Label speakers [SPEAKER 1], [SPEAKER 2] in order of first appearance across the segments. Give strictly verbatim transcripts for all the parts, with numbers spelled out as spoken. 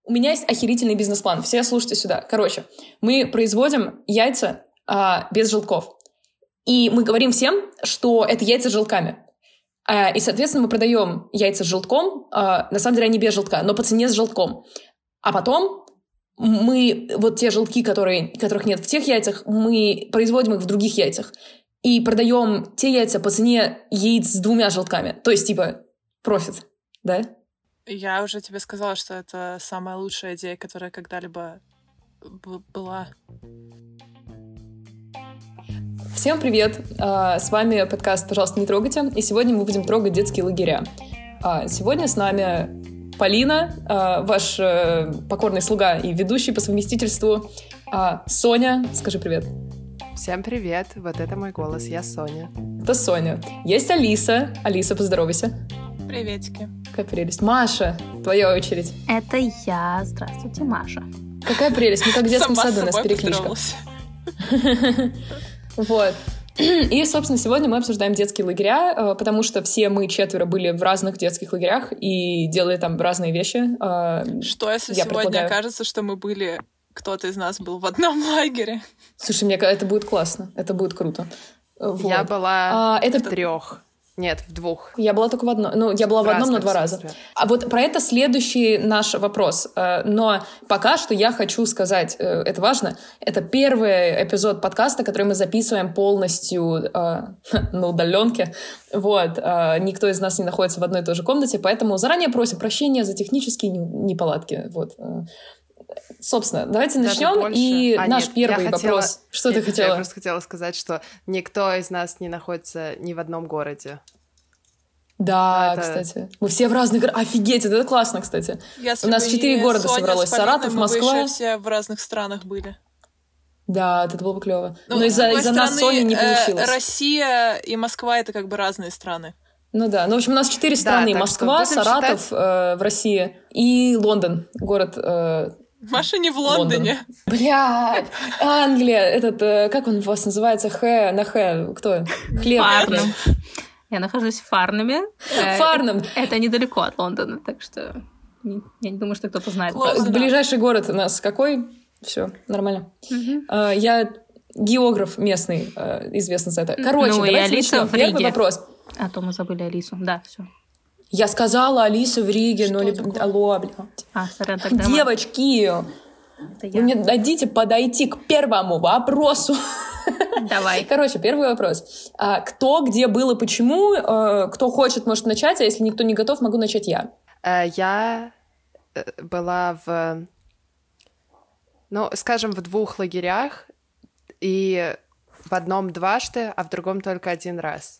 [SPEAKER 1] У меня есть охерительный бизнес-план. Все слушайте сюда. Короче, мы производим яйца а, без желтков. И мы говорим всем, что это яйца с желтками. А, и, соответственно, мы продаем яйца с желтком. А, на самом деле они без желтка, но по цене с желтком. А потом мы вот те желтки, которые, которых нет в тех яйцах, мы производим их в других яйцах. И продаем те яйца по цене яиц с двумя желтками. То есть, типа, профит, да?
[SPEAKER 2] Я уже тебе сказала, что это самая лучшая идея, которая когда-либо б- была.
[SPEAKER 1] Всем привет! С вами подкаст «Пожалуйста, не трогайте». И сегодня мы будем трогать детские лагеря. Сегодня с нами Полина, ваш покорный слуга и ведущий по совместительству. Соня, скажи привет.
[SPEAKER 3] Всем привет, вот это мой голос, я Соня.
[SPEAKER 1] Это Соня. Есть Алиса. Алиса, поздоровайся.
[SPEAKER 2] Приветики.
[SPEAKER 1] Какая прелесть. Маша, твоя очередь.
[SPEAKER 4] Это я. Здравствуйте, Маша.
[SPEAKER 1] Какая прелесть. Мы как в детском
[SPEAKER 2] Сама
[SPEAKER 1] саду, у нас перекличка. Вот. И, собственно, сегодня мы обсуждаем детские лагеря, потому что все мы четверо были в разных детских лагерях и делали там разные вещи.
[SPEAKER 2] Что, если
[SPEAKER 1] Я
[SPEAKER 2] сегодня
[SPEAKER 1] предлагаю...
[SPEAKER 2] окажется, что мы были... Кто-то из нас был в одном лагере?
[SPEAKER 1] Слушай, мне кажется, это будет классно. Это будет круто. Вот.
[SPEAKER 3] Я была
[SPEAKER 1] а, это...
[SPEAKER 3] в трех. Нет, в двух.
[SPEAKER 1] Я была только в одном. Ну, я была в, в одном, но два раза. А вот про это следующий наш вопрос. Но пока что я хочу сказать, это важно, это первый эпизод подкаста, который мы записываем полностью на удаленке. Вот. Никто из нас не находится в одной и той же комнате, поэтому заранее просим прощения за технические неполадки. Вот. Собственно, давайте
[SPEAKER 3] Даже
[SPEAKER 1] начнем.
[SPEAKER 3] больше.
[SPEAKER 1] И
[SPEAKER 3] а,
[SPEAKER 1] наш
[SPEAKER 3] нет,
[SPEAKER 1] первый
[SPEAKER 3] хотела...
[SPEAKER 1] вопрос. Что
[SPEAKER 3] нет,
[SPEAKER 1] ты хотела?
[SPEAKER 3] Я просто хотела сказать, что никто из нас не находится ни в одном городе.
[SPEAKER 1] Да,
[SPEAKER 3] это...
[SPEAKER 1] кстати. Мы все в разных городах. Офигеть, это классно, кстати.
[SPEAKER 2] Если
[SPEAKER 1] у нас четыре города
[SPEAKER 2] Соня
[SPEAKER 1] собралось. Саратов,
[SPEAKER 2] мы
[SPEAKER 1] Москва.
[SPEAKER 2] Мы бы еще все в разных странах были.
[SPEAKER 1] Да, это было бы клево.
[SPEAKER 2] Ну,
[SPEAKER 1] Но из-за, из-за
[SPEAKER 2] стороны,
[SPEAKER 1] нас Сони не получилось.
[SPEAKER 2] Э, Россия и Москва — это как бы разные страны.
[SPEAKER 1] Ну да. Ну, в общем, у нас четыре страны.
[SPEAKER 3] Да,
[SPEAKER 1] Москва, Саратов
[SPEAKER 3] считать...
[SPEAKER 1] э, в России и Лондон, город... Э,
[SPEAKER 2] Маша не в Лондоне.
[SPEAKER 1] Блядь, Англия, этот, э, как он у вас называется, Х, на Х, кто? Хлеб.
[SPEAKER 4] Фарнам. Я нахожусь в Фарнаме.
[SPEAKER 1] Фарнам.
[SPEAKER 4] Это недалеко от Лондона, так что я не думаю, что кто-то знает.
[SPEAKER 2] Классно.
[SPEAKER 1] Ближайший город у нас какой? Все, нормально.
[SPEAKER 4] Угу.
[SPEAKER 1] Я географ местный, известный за это. Короче,
[SPEAKER 4] ну,
[SPEAKER 1] давайте
[SPEAKER 4] Алиса
[SPEAKER 1] начнем.
[SPEAKER 4] в Риге.
[SPEAKER 1] Первый вопрос.
[SPEAKER 4] А то мы забыли Алису. Да, все.
[SPEAKER 1] Я сказала Алиса в Риге,
[SPEAKER 2] Что
[SPEAKER 1] но...
[SPEAKER 2] такое?
[SPEAKER 1] Алло, блядь.
[SPEAKER 4] А, сорян, тогда...
[SPEAKER 1] Девочки, вы мне дадите подойти к первому вопросу.
[SPEAKER 4] Давай.
[SPEAKER 1] Короче, первый вопрос. А, кто, где был и почему? А, кто хочет, может начать, а если никто не готов, могу начать я.
[SPEAKER 3] Я была в, ну, скажем, в двух лагерях, и в одном дважды, а в другом только один раз.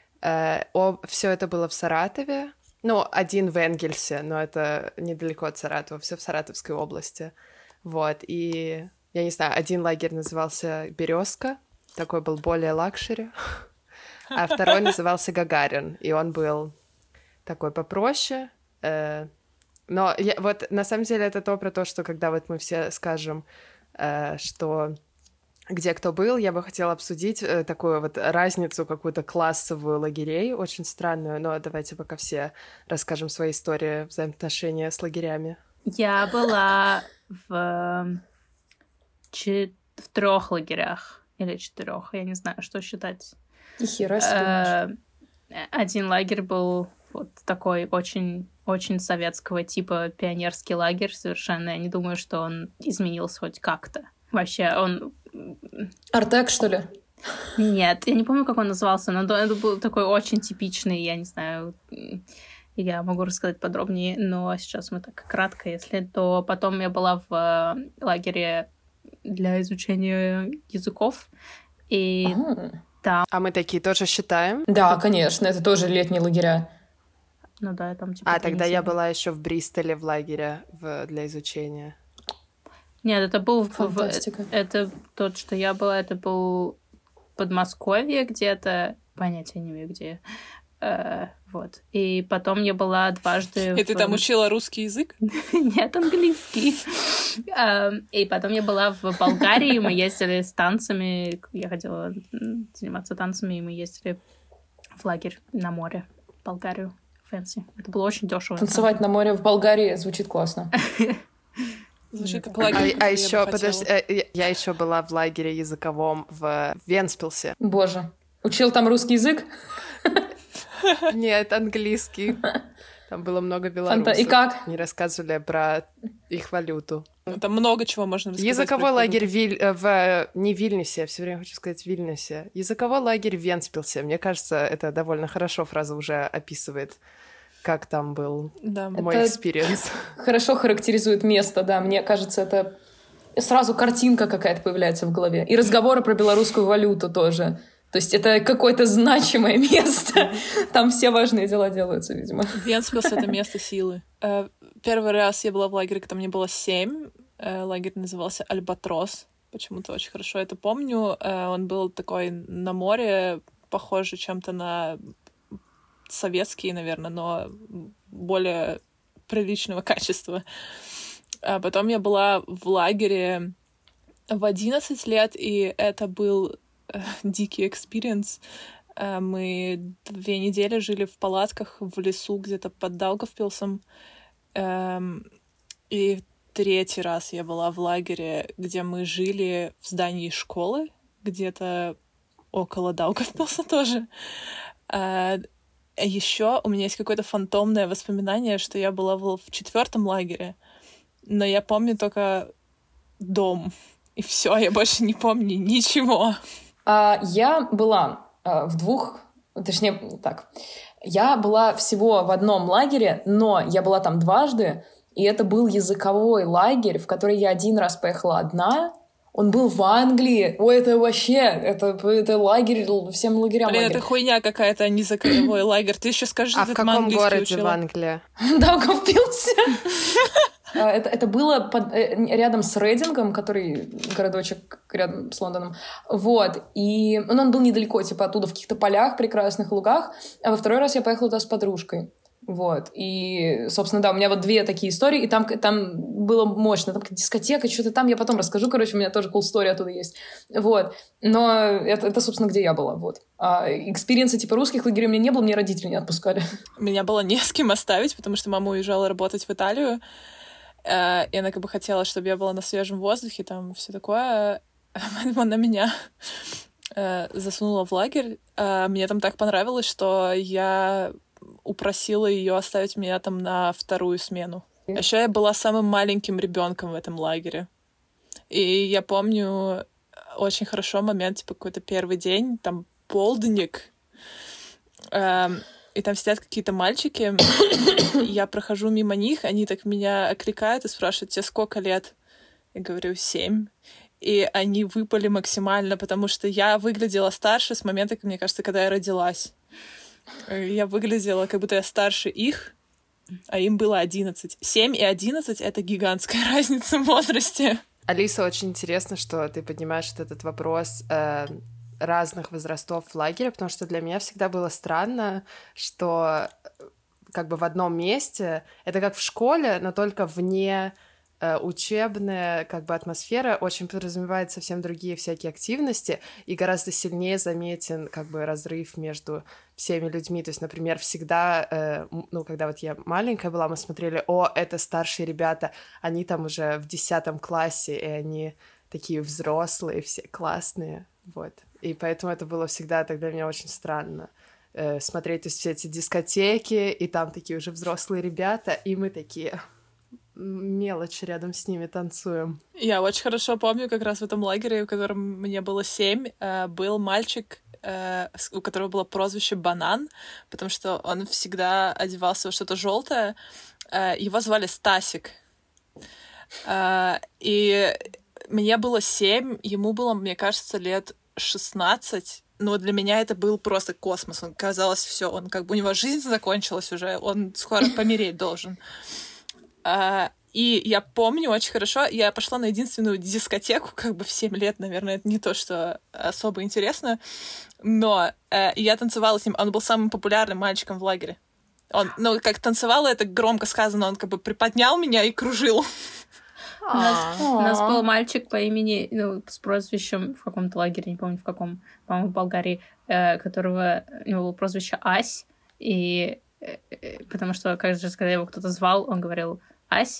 [SPEAKER 3] Все это было в Саратове. Ну, один в Энгельсе, но это недалеко от Саратова, все в Саратовской области. Вот, и... Я не знаю, один лагерь назывался «Березка», такой был более лакшери, а второй назывался «Гагарин», и он был такой попроще. Э, но я, вот на самом деле это то про то, что когда вот мы все скажем, э, что где кто был, я бы хотела обсудить э, такую вот разницу какую-то классовую лагерей, очень странную, но давайте пока все расскажем свои истории взаимоотношения с лагерями.
[SPEAKER 4] Я была в... Чет... в трех лагерях или четырех, я не знаю, что считать.
[SPEAKER 1] Ни хера себе.
[SPEAKER 4] Один лагерь был вот такой очень, очень советского типа пионерский лагерь совершенно. Я не думаю, что он изменился хоть как-то. Вообще он...
[SPEAKER 1] Артек, что ли?
[SPEAKER 4] Нет, я не помню, как он назывался, но это был такой очень типичный, я не знаю... Я могу рассказать подробнее, но сейчас мы так кратко, если... То потом я была в лагере для изучения языков, и
[SPEAKER 1] ага.
[SPEAKER 4] там...
[SPEAKER 3] А мы такие тоже считаем?
[SPEAKER 1] Да, конечно, это тоже летние лагеря.
[SPEAKER 4] Ну да, там типа...
[SPEAKER 3] А, тогда я была еще в Бристоле в лагере в... для изучения.
[SPEAKER 4] Нет, это был...
[SPEAKER 1] Фантастика.
[SPEAKER 4] В... Это тот, что я была, это был Подмосковье где-то, понятия не имею где. Uh, вот. И потом я была дважды...
[SPEAKER 2] И
[SPEAKER 4] в...
[SPEAKER 2] ты там учила русский язык?
[SPEAKER 4] Нет, английский. uh, и потом я была в Болгарии, мы ездили с танцами, я хотела заниматься танцами, и мы ездили в лагерь на море в Болгарию, фэнси. Это было очень дешево.
[SPEAKER 1] Танцевать на море в Болгарии звучит классно.
[SPEAKER 2] Звучит как лагерь.
[SPEAKER 3] А, а еще, подожди, я, я еще была в лагере языковом в Венспилсе.
[SPEAKER 1] Боже. Учил там русский язык?
[SPEAKER 3] Нет, английский. Там было много белорусов.
[SPEAKER 1] И как?
[SPEAKER 3] Они рассказывали про их валюту.
[SPEAKER 2] Там много чего можно рассказать.
[SPEAKER 3] Языковой лагерь Виль... в... не Вильнюсе, все время хочу сказать Вильнюсе. Языковой лагерь в Венспилсе. Мне кажется, это довольно хорошо фраза уже описывает, как там был
[SPEAKER 2] да.
[SPEAKER 3] мой экспириенс.
[SPEAKER 1] Хорошо характеризует место, да. Мне кажется, это сразу картинка какая-то появляется в голове. И разговоры про белорусскую валюту тоже. То есть это какое-то значимое место. Там все важные дела делаются, видимо.
[SPEAKER 2] Венспилс — это место силы. Первый раз я была в лагере, когда мне было семь. Лагерь назывался «Альбатрос». Почему-то очень хорошо это помню. Он был такой на море, похожий чем-то на советский, наверное, но более приличного качества. А потом я была в лагере в одиннадцать лет, и это был дикий экспириенс. Мы две недели жили в палатках в лесу где-то под Даугавпилсом. И третий раз я была в лагере, где мы жили в здании школы, где-то около Даугавпилса тоже. Еще у меня есть какое-то фантомное воспоминание, что я была в четвертом лагере, но я помню только дом. И все, я больше не помню ничего.
[SPEAKER 1] А, я была а, в двух, точнее, так, я была всего в одном лагере, но я была там дважды, и это был языковой лагерь, в который я один раз поехала одна. Он был в Англии. Ой, это вообще, это, это лагерь, всем лагерям
[SPEAKER 2] Блин,
[SPEAKER 1] лагерь.
[SPEAKER 2] это хуйня какая-то, а не языковой лагерь. Ты еще скажи,
[SPEAKER 3] а
[SPEAKER 2] ты
[SPEAKER 3] в каком городе
[SPEAKER 2] учила?
[SPEAKER 3] в Англии?
[SPEAKER 1] Даугавпилсе. Это, это было под, рядом с Рейдингом, который городочек рядом с Лондоном. Вот. И ну, он был недалеко, типа оттуда, в каких-то полях, прекрасных лугах. А во второй раз я поехала туда с подружкой. Вот. И, собственно, да, у меня вот две такие истории, и там, там было мощно. Там дискотека, что-то там, я потом расскажу. Короче, у меня тоже cool story оттуда есть. Вот. Но это, это собственно, где я была. Вот. А экспириенса типа русских лагерей у меня не было, мне родители не отпускали.
[SPEAKER 2] Меня было не с кем оставить, потому что мама уезжала работать в Италию. И она как бы хотела, чтобы я была на свежем воздухе, там все такое. Она меня засунула в лагерь. Мне там так понравилось, что я упросила ее оставить меня там на вторую смену. Еще я была самым маленьким ребенком в этом лагере. И я помню очень хорошо момент, типа какой-то первый день, там полдник, и там сидят какие-то мальчики, я прохожу мимо них, они так меня окликают и спрашивают: тебе сколько лет? Я говорю: семь. И они выпали максимально, потому что я выглядела старше с момента, мне кажется, когда я родилась. Я выглядела, как будто я старше их, а им было одиннадцать. семь и одиннадцать — это гигантская разница в возрасте.
[SPEAKER 3] Алиса, очень интересно, что ты поднимаешь этот вопрос э, разных возрастов в лагере, потому что для меня всегда было странно, что как бы в одном месте, это как в школе, но только вне э, учебная как бы атмосфера, очень подразумевает совсем другие всякие активности, и гораздо сильнее заметен как бы разрыв между всеми людьми. То есть, например, всегда, э, ну, когда вот я маленькая была, мы смотрели: о, это старшие ребята, они там уже в десятом классе, и они такие взрослые, все классные, вот. И поэтому это было всегда так для меня очень странно. Э, смотреть, то есть, все эти дискотеки, и там такие уже взрослые ребята, и мы такие мелочь рядом с ними танцуем.
[SPEAKER 2] Я очень хорошо помню, как раз в этом лагере, в котором мне было семь, э, был мальчик, у которого было прозвище Банан, потому что он всегда одевался во что-то желтое. Его звали Стасик. И мне было семь, ему было, мне кажется, лет шестнадцать. Но для меня это был просто космос. Он, казалось, все, он как бы у него жизнь закончилась уже, он скоро помереть должен. И я помню очень хорошо, я пошла на единственную дискотеку, как бы в семь лет, наверное, это не то, что особо интересно, но э, я танцевала с ним, он был самым популярным мальчиком в лагере. Он, ну, как танцевала, это громко сказано, он как бы приподнял меня и кружил.
[SPEAKER 4] У нас, у нас был мальчик по имени, ну, с прозвищем в каком-то лагере, не помню в каком, по-моему, в Болгарии, э, которого, у него было прозвище Ась, и э, потому что, каждый раз, когда его кто-то звал, он говорил «Ась»,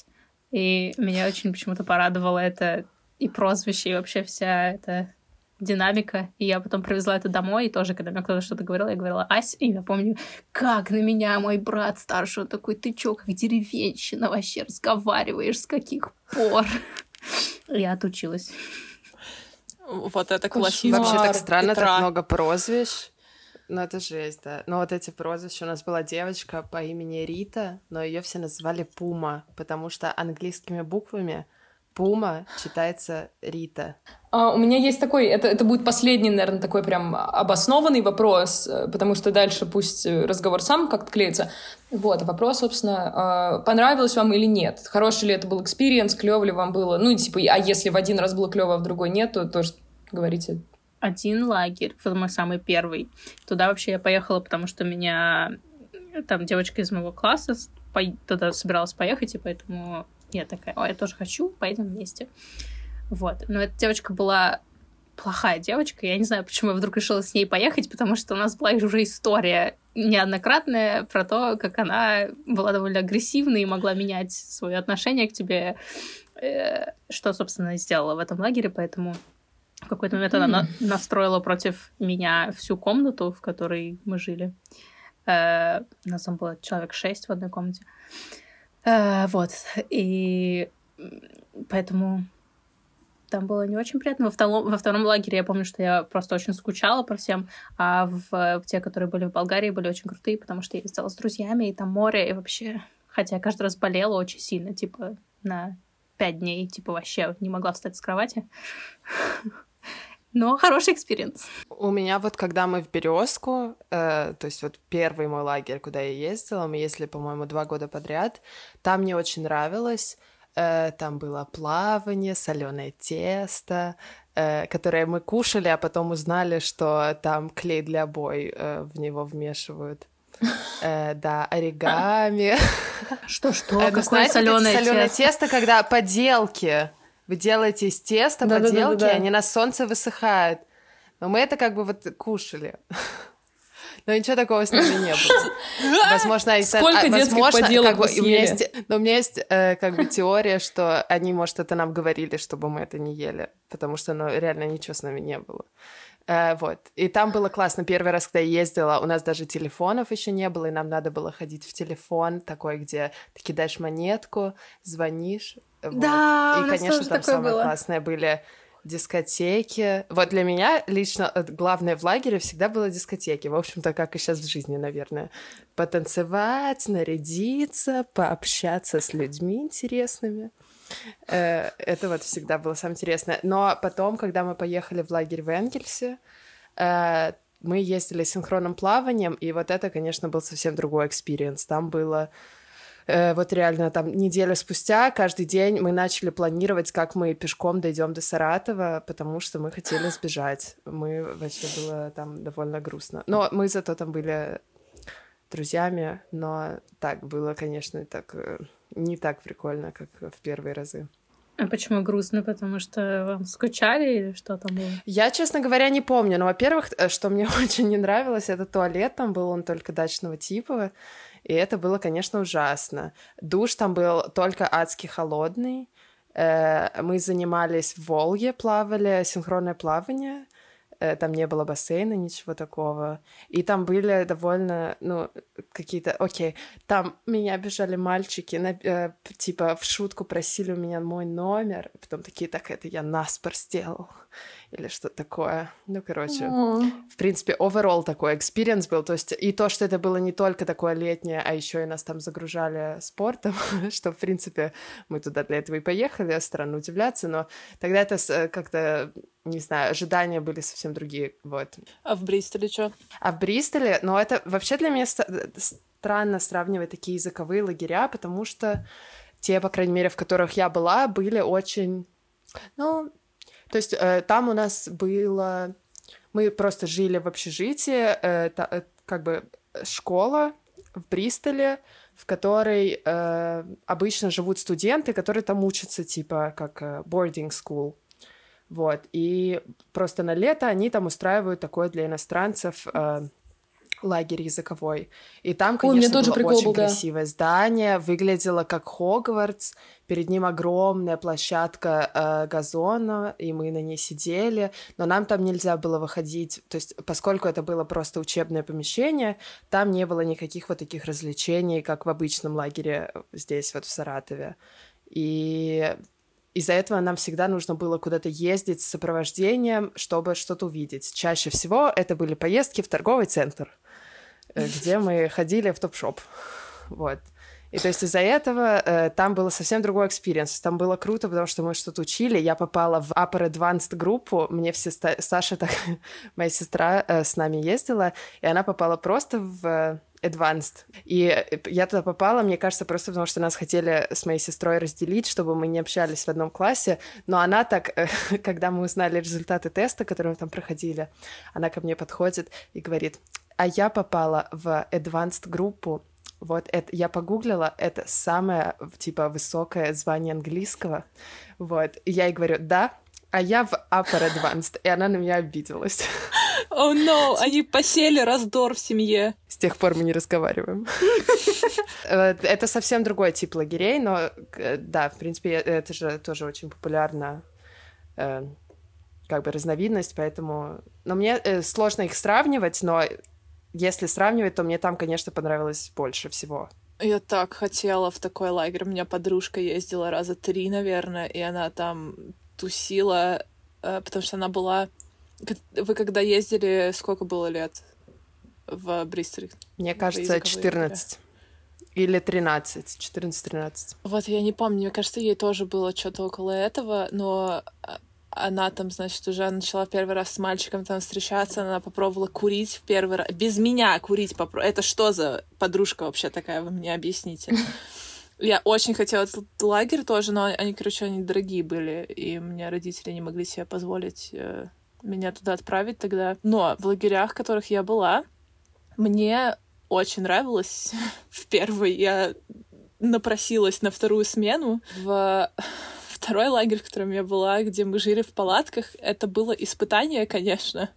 [SPEAKER 4] И меня очень почему-то порадовало это и прозвище, и вообще вся эта динамика. И я потом привезла это домой, и тоже, когда мне кто-то что-то говорил, я говорила «Ась», и я помню, как на меня мой брат старший, он такой: «Ты чё, как деревенщина вообще разговариваешь, с каких пор?» Я отучилась.
[SPEAKER 2] Вот это классика.
[SPEAKER 3] Вообще так странно,
[SPEAKER 2] Петра.
[SPEAKER 3] так много прозвищ. Ну, это жесть, да. Но вот эти прозвища... У нас была девочка по имени Рита, но ее все называли Пума, потому что английскими буквами Пума читается Рита.
[SPEAKER 1] А, у меня есть такой... Это, это будет последний, наверное, такой прям обоснованный вопрос, потому что дальше пусть разговор сам как-то клеится. Вот, вопрос, собственно, понравилось вам или нет? Хороший ли это был экспириенс, клёво ли вам было? Ну, типа, а если в один раз было клёво, а в другой нет, то тоже говорите...
[SPEAKER 4] Один лагерь, это мой самый первый. Туда вообще я поехала, потому что меня там девочка из моего класса по... туда собиралась поехать, и поэтому я такая: «О, я тоже хочу, поедем вместе». Вот. Но эта девочка была плохая девочка, я не знаю, почему я вдруг решила с ней поехать, потому что у нас была уже история неоднократная про то, как она была довольно агрессивной и могла менять свое отношение к тебе, что, собственно, и сделала в этом лагере, поэтому... В какой-то момент mm. она на- настроила против меня всю комнату, в которой мы жили. Э- у нас там было человек шесть в одной комнате. Э- вот. И поэтому там было не очень приятно. Во втором, во втором лагере я помню, что я просто очень скучала по всем, а в, в те, которые были в Болгарии, были очень крутые, потому что я ездила с друзьями, и там море, и вообще... Хотя я каждый раз болела очень сильно, типа на пять дней, типа вообще не могла встать с кровати. Но хороший экспириенс.
[SPEAKER 3] У меня вот, когда мы в Березку, э, то есть вот первый мой лагерь, куда я ездила, мы ездили, по-моему, два года подряд, там мне очень нравилось. Э, там было плавание, соленое тесто, э, которое мы кушали, а потом узнали, что там клей для обои э, в него вмешивают. Э, да, оригами.
[SPEAKER 4] Что-что?
[SPEAKER 3] Э,
[SPEAKER 4] Какое
[SPEAKER 3] знаете,
[SPEAKER 4] соленое
[SPEAKER 3] соленое
[SPEAKER 4] тесто?
[SPEAKER 3] тесто, когда поделки. Вы делаете из теста
[SPEAKER 1] Да,
[SPEAKER 3] поделки,
[SPEAKER 1] да, да, да, да.
[SPEAKER 3] они на солнце высыхают. Но мы это как бы вот кушали. Но ничего такого с нами не было. Возможно, это...
[SPEAKER 1] Сколько детских
[SPEAKER 3] возможно,
[SPEAKER 1] поделок
[SPEAKER 3] как бы,
[SPEAKER 1] вы
[SPEAKER 3] у меня
[SPEAKER 1] съели?
[SPEAKER 3] есть, но у меня есть э, как бы теория, что они, может, это нам говорили, чтобы мы это не ели, потому что, ну, реально ничего с нами не было. Э, вот. И там было классно. Первый раз, когда я ездила, у нас даже телефонов еще не было, и нам надо было ходить в телефон такой, где ты кидаешь монетку, звонишь. Вот.
[SPEAKER 4] Да,
[SPEAKER 3] и,
[SPEAKER 4] у нас
[SPEAKER 3] конечно,
[SPEAKER 4] тоже
[SPEAKER 3] там
[SPEAKER 4] такое
[SPEAKER 3] самое
[SPEAKER 4] было.
[SPEAKER 3] классное были дискотеки. Вот для меня лично э, главное в лагере всегда было дискотеки. В общем-то, как и сейчас в жизни, наверное. Потанцевать, нарядиться, пообщаться с людьми интересными. Э, Это вот всегда было самое интересное. Но потом, когда мы поехали в лагерь в Энгельсе, э, мы ездили синхронным плаванием, и вот это, конечно, был совсем другой экспириенс. Там было... Вот реально, там неделю спустя, каждый день мы начали планировать, как мы пешком дойдем до Саратова, потому что мы хотели сбежать. Мы вообще было там довольно грустно. Но мы зато там были друзьями, но так было, конечно, так не так прикольно, как в первые разы.
[SPEAKER 4] А почему грустно? Потому что вам скучали или что там было?
[SPEAKER 3] Я, честно говоря, не помню. Но, во-первых, что мне очень не нравилось, это туалет. Там был он только дачного типа. И это было, конечно, ужасно. Душ там был только адски холодный. Мы занимались в Волге, плавали, синхронное плавание. Там не было бассейна, ничего такого. И там были довольно, ну, какие-то... Окей, там меня обижали мальчики, на, э, типа в шутку просили у меня мой номер. Потом такие: так, это я наспор сделал. Или что-то такое. Ну, короче,
[SPEAKER 1] Mm.
[SPEAKER 3] в принципе, overall такой экспириенс был. То есть и то, что это было не только такое летнее, а еще и нас там загружали спортом, что, в принципе, мы туда для этого и поехали, странно удивляться, но тогда это как-то, не знаю, ожидания были совсем другие, вот.
[SPEAKER 2] А в Бристоле что?
[SPEAKER 3] А в Бристоле, ну, это вообще для меня ст- странно сравнивать такие языковые лагеря, потому что те, по крайней мере, в которых я была, были очень, ну... То есть э, там у нас было... Мы просто жили в общежитии, э, та, э, как бы школа в Бристоле, в которой э, обычно живут студенты, которые там учатся, типа, как э, boarding school. Вот. И просто на лето они там устраивают такое для иностранцев... Э, лагерь языковой. И там,
[SPEAKER 1] Ой, у меня
[SPEAKER 3] конечно,
[SPEAKER 1] тоже
[SPEAKER 3] было
[SPEAKER 1] прикол
[SPEAKER 3] очень
[SPEAKER 1] был, да.
[SPEAKER 3] красивое здание, выглядело как Хогвартс, перед ним огромная площадка э, газона, и мы на ней сидели, но нам там нельзя было выходить, то есть поскольку это было просто учебное помещение, там не было никаких вот таких развлечений, как в обычном лагере здесь вот в Саратове. И из-за этого нам всегда нужно было куда-то ездить с сопровождением, чтобы что-то увидеть. Чаще всего это были поездки в торговый центр, где мы ходили в топ-шоп. Вот. И то есть из-за этого э, там было совсем другой экспириенс. Там было круто, потому что мы что-то учили. Я попала в Upper Advanced группу. Мне все ста... Саша, так... моя сестра, э, с нами ездила, и она попала просто в Advanced. И я туда попала, мне кажется, просто потому что нас хотели с моей сестрой разделить, чтобы мы не общались в одном классе. Но она так, э, когда мы узнали результаты теста, которые мы там проходили, она ко мне подходит и говорит: а я попала в Advanced группу. Вот это я погуглила, это самое, типа, высокое звание английского. Вот. И я ей говорю: да, а я в Upper Advanced. И она на меня обиделась.
[SPEAKER 2] О, oh, no, они посели раздор в семье.
[SPEAKER 3] С тех пор мы не разговариваем. Это совсем другой тип лагерей, но, да, в принципе, это же тоже очень популярна как бы разновидность, поэтому... Но мне сложно их сравнивать, но если сравнивать, то мне там, конечно, понравилось больше всего.
[SPEAKER 2] Я так хотела в такой лагерь. У меня подружка ездила раза три, наверное, и она там тусила, потому что она была... Вы когда ездили, сколько было лет в Бристоле?
[SPEAKER 3] Мне кажется, четырнадцать. Или тринадцать. четырнадцать-тринадцать.
[SPEAKER 2] Вот я не помню. Мне кажется, ей тоже было что-то около этого, но она там, значит, уже начала первый раз с мальчиком там встречаться, она попробовала курить в первый раз. Без меня курить попробовала. Это что за подружка вообще такая? Вы мне объясните. Я очень хотела этот лагерь тоже, но они, короче, они дорогие были, и у меня родители не могли себе позволить меня туда отправить тогда. Но в лагерях, в которых я была, мне очень нравилось. В первый я напросилась на вторую смену. В второй лагерь, в котором я была, где мы жили в палатках, это было испытание, конечно.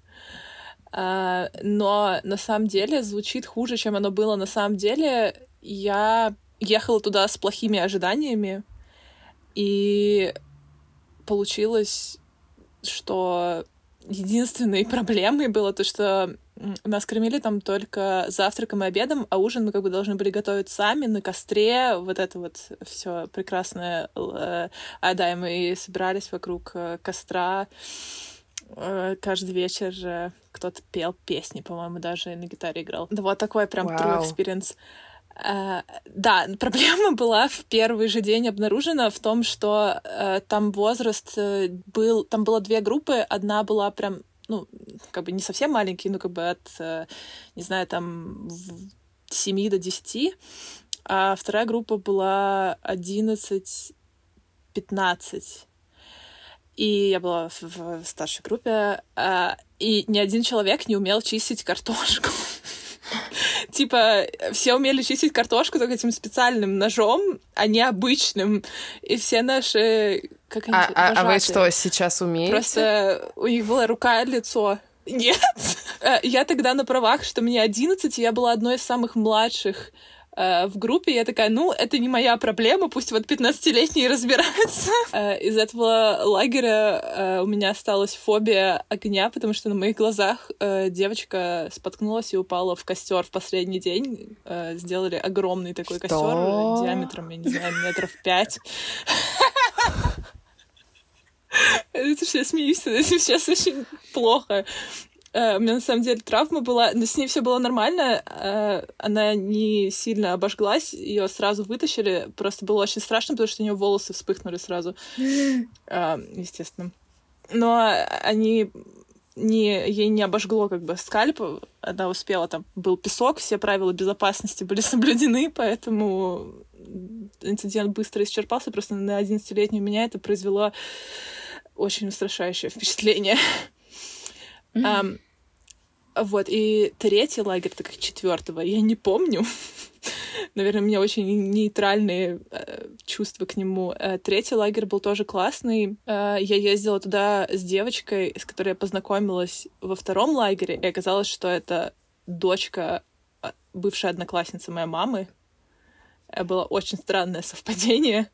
[SPEAKER 2] Но на самом деле звучит хуже, чем оно было на самом деле. Я ехала туда с плохими ожиданиями, и получилось, что единственной проблемой было то, что нас кормили там только завтраком и обедом, а ужин мы как бы должны были готовить сами на костре. Вот это вот все прекрасное. А да, и мы собирались вокруг костра. Каждый вечер кто-то пел песни, по-моему, даже на гитаре играл. Да, вот такой прям wow. true experience. Uh, да, проблема была в первый же день обнаружена в том, что uh, там возраст uh, был... Там было две группы. Одна была прям, ну, как бы не совсем маленькие, ну, как бы от, uh, не знаю, там, семи до десяти. А вторая группа была одиннадцать-пятнадцать. И я была в, в старшей группе. Uh, и ни один человек не умел чистить картошку. Типа, все умели чистить картошку только этим специальным ножом, а не обычным. И все наши... Как они,
[SPEAKER 3] а, а, а вы что, сейчас умеете?
[SPEAKER 2] Просто у них была рука и лицо. Нет! Я тогда на правах, что мне одиннадцать, и я была одной из самых младших в группе. Я такая, ну, это не моя проблема, пусть вот пятнадцатилетние разбираются. Из этого лагеря у меня осталась фобия огня, потому что на моих глазах девочка споткнулась и упала в костер в последний день. Сделали огромный такой
[SPEAKER 3] что?
[SPEAKER 2] Костер диаметром, я не знаю, метров пять. Это что я смеюсь, это сейчас очень плохо. Uh, у меня, на самом деле, травма была, но с ней все было нормально, uh, она не сильно обожглась, ее сразу вытащили, просто было очень страшно, потому что у нее волосы вспыхнули сразу, uh, естественно. Но они не, ей не обожгло как бы скальп, она успела, там был песок, все правила безопасности были соблюдены, поэтому инцидент быстро исчерпался, просто на одиннадцатилетнюю меня это произвело очень устрашающее впечатление. Mm-hmm. Um, вот, и третий лагерь, так как четвертого, я не помню. Наверное, у меня очень нейтральные э, чувства к нему. Э, третий лагерь был тоже классный. Э, я ездила туда с девочкой, с которой я познакомилась во втором лагере, и оказалось, что это дочка бывшей одноклассницы моей мамы. Было очень странное совпадение.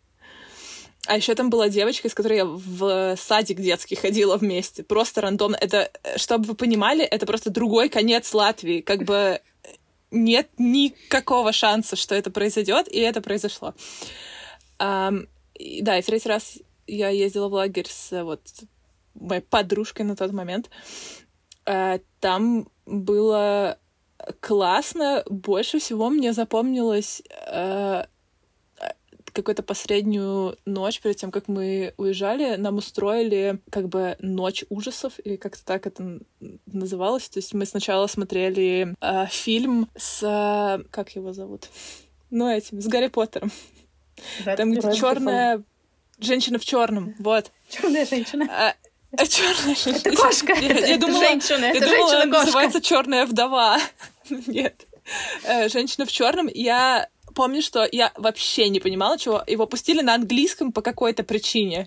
[SPEAKER 2] А еще там была девочка, с которой я в садик детский ходила вместе. Просто рандомно. Это, чтобы вы понимали, это просто другой конец Латвии. Как бы нет никакого шанса, что это произойдет, и это произошло. А, и, да, и в третий раз я ездила в лагерь с вот моей подружкой на тот момент. А, там было классно. Больше всего мне запомнилось а, какую-то последнюю ночь перед тем, как мы уезжали. Нам устроили как бы ночь ужасов, или как-то так это называлось. То есть мы сначала смотрели а, фильм с... А, как его зовут? Ну, этим, с Гарри Поттером. Да, там где черная женщина в черном. Вот.
[SPEAKER 4] Черная женщина.
[SPEAKER 2] А, а черная женщина.
[SPEAKER 4] Это кошка.
[SPEAKER 2] Я,
[SPEAKER 4] это,
[SPEAKER 2] я
[SPEAKER 4] это
[SPEAKER 2] думала,
[SPEAKER 4] женщина.
[SPEAKER 2] Я
[SPEAKER 4] это
[SPEAKER 2] думала,
[SPEAKER 4] женщина-кошка.
[SPEAKER 2] Называется черная вдова. Нет. Женщина в черном. Я помню, что я вообще не понимала, чего. Его пустили на английском по какой-то причине.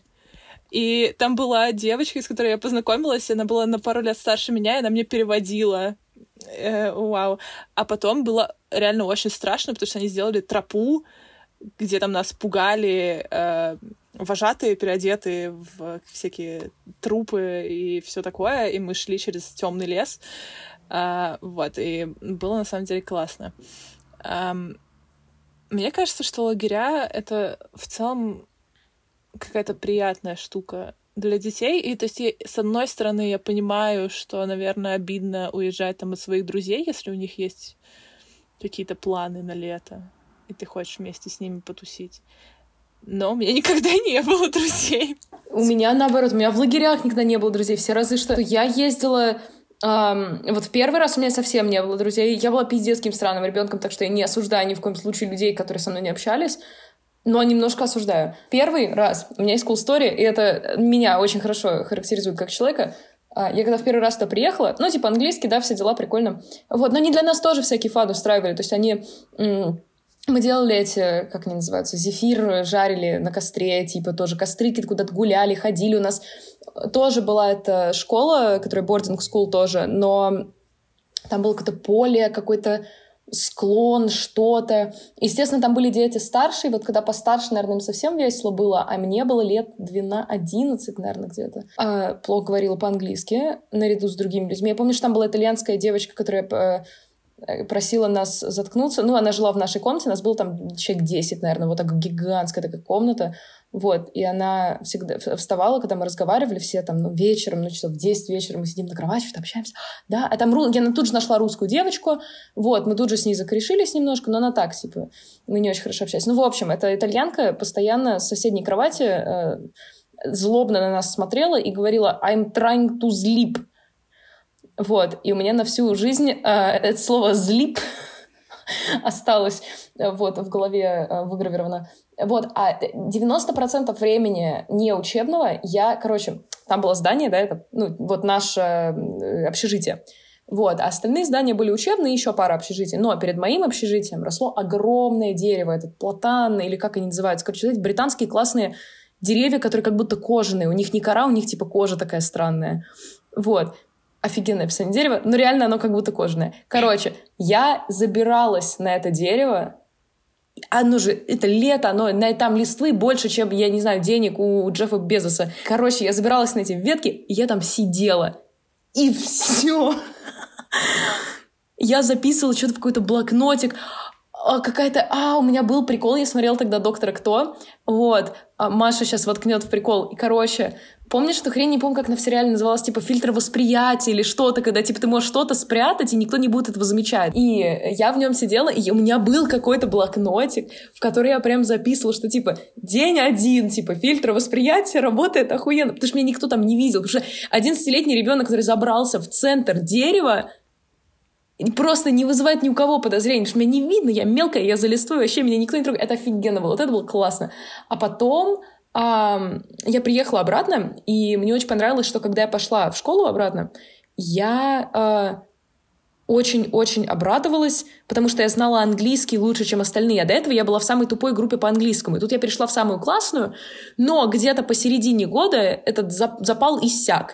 [SPEAKER 2] И там была девочка, с которой я познакомилась. Она была на пару лет старше меня, и она мне переводила. Э, вау. А потом было реально очень страшно, потому что они сделали тропу, где там нас пугали э, вожатые, переодетые в всякие трупы и все такое, и мы шли через темный лес. Uh, вот, и было на самом деле классно. Um, мне кажется, что лагеря — это в целом какая-то приятная штука для детей. И то есть, я, с одной стороны, я понимаю, что, наверное, обидно уезжать там от своих друзей, если у них есть какие-то планы на лето, и ты хочешь вместе с ними потусить. Но у меня никогда не было друзей.
[SPEAKER 1] У меня, наоборот, у меня в лагерях никогда не было друзей. Все разы, что я ездила... Um, вот в первый раз у меня совсем не было друзей. Я была пиздецким странным ребенком, так что я не осуждаю ни в коем случае людей, которые со мной не общались, но немножко осуждаю. Первый раз у меня есть cool story, и это меня очень хорошо характеризует как человека. Я когда в первый раз туда приехала, ну, типа английский, да, все дела, прикольно. Вот, но они для нас тоже всякие фан устраивали. То есть они... М- мы делали эти, как они называются, зефир жарили на костре, типа тоже кострики, куда-то гуляли, ходили. У нас тоже была эта школа, которая boarding school тоже, но там было какое-то поле, какой-то склон, что-то. Естественно, там были дети старшие. Вот когда постарше, наверное, им совсем весело было, а мне было лет двенадцать-одиннадцать, наверное, где-то. А, плохо говорила по-английски наряду с другими людьми. Я помню, что там была итальянская девочка, которая... просила нас заткнуться. Ну, она жила в нашей комнате, нас было там человек десять, наверное, вот так гигантская такая комната. Вот, и она всегда вставала, когда мы разговаривали, все там, ну, вечером, ну, часов в десять вечера мы сидим на кровати, что-то общаемся. Да, а там я тут же нашла русскую девочку, вот, мы тут же с ней закорешились немножко, но она так, типа, мы не очень хорошо общались. Ну, в общем, эта итальянка постоянно с соседней кровати э, злобно на нас смотрела и говорила «I'm trying to sleep». Вот, и у меня на всю жизнь э, это слово «злип» осталось вот, в голове э, выгравировано. Вот, а девяносто процентов времени не учебного я, короче, там было здание, да, это, ну, вот наше э, общежитие. Вот, а остальные здания были учебные, еще пара общежитий. Но перед моим общежитием росло огромное дерево, этот платан, или как они называются, короче, знаете, британские классные деревья, которые как будто кожаные. У них не кора, у них типа кожа такая странная. Вот. Офигенное описание дерева, но реально оно как будто кожаное. Короче, я забиралась на это дерево. Оно же, это лето, оно, на, там листвы больше, чем, я не знаю, денег у Джеффа Безоса. Короче, я забиралась на эти ветки, и я там сидела. И все. Я записывала что-то в какой-то блокнотик. Какая-то... А, у меня был прикол, я смотрела тогда «Доктора Кто». Вот. А Маша сейчас воткнет в прикол. И, короче, помнишь эту хрень, не помню, как она в сериале называлась, типа фильтр восприятия или что-то, когда, типа, ты можешь что-то спрятать, и никто не будет этого замечать. И я в нем сидела, и у меня был какой-то блокнотик, в который я прям записывала, что, типа, день один, типа, фильтр восприятия работает охуенно, потому что меня никто там не видел, потому что одиннадцатилетний ребенок, который забрался в центр дерева, просто не вызывает ни у кого подозрений, потому что меня не видно, я мелкая, я за листвой, вообще меня никто не трогает. Это офигенно было, вот это было классно. А потом а, я приехала обратно, и мне очень понравилось, что когда я пошла в школу обратно, я а, очень-очень обрадовалась, потому что я знала английский лучше, чем остальные. А до этого я была в самой тупой группе по английскому. И тут я перешла в самую классную, но где-то посередине года этот запал иссяк.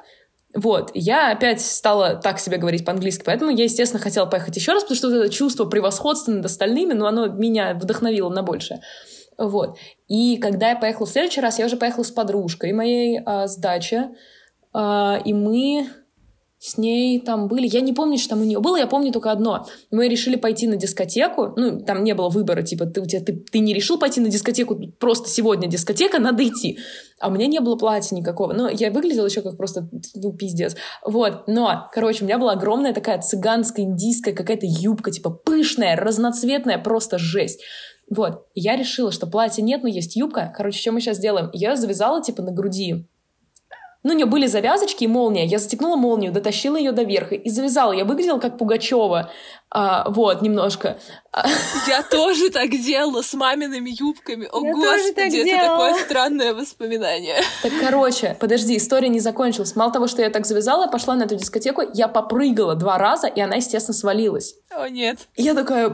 [SPEAKER 1] Вот, я опять стала так себе говорить по-английски, поэтому я, естественно, хотела поехать еще раз, потому что вот это чувство превосходства над остальными, ну, оно меня вдохновило на большее. Вот. И когда я поехала в следующий раз, я уже поехала с подружкой моей а, с дачи, а, и мы с ней там были. Я не помню, что там у нее было, я помню только одно. Мы решили пойти на дискотеку, ну, там не было выбора, типа, ты, у тебя, ты, ты не решил пойти на дискотеку, просто сегодня дискотека, надо идти. А у меня не было платья никакого. Ну, я выглядела еще как просто, ну, пиздец. Вот, но, короче, у меня была огромная такая цыганская, индийская какая-то юбка, типа, пышная, разноцветная, просто жесть. Вот, и я решила, что платья нет, но есть юбка. Короче, что мы сейчас делаем? Я завязала, типа, на груди. Ну, у нее были завязочки и молния. Я застегнула молнию, дотащила ее до верха и завязала. Я выглядела как Пугачева. А, вот, немножко.
[SPEAKER 2] Я тоже так делала с мамиными юбками. О,
[SPEAKER 4] Я
[SPEAKER 2] господи, это такое странное воспоминание.
[SPEAKER 1] Так, короче, подожди, история не закончилась. Мало того, что я так завязала, я пошла на эту дискотеку, я попрыгала два раза, и она, естественно, свалилась.
[SPEAKER 2] О, нет.
[SPEAKER 1] И я такая...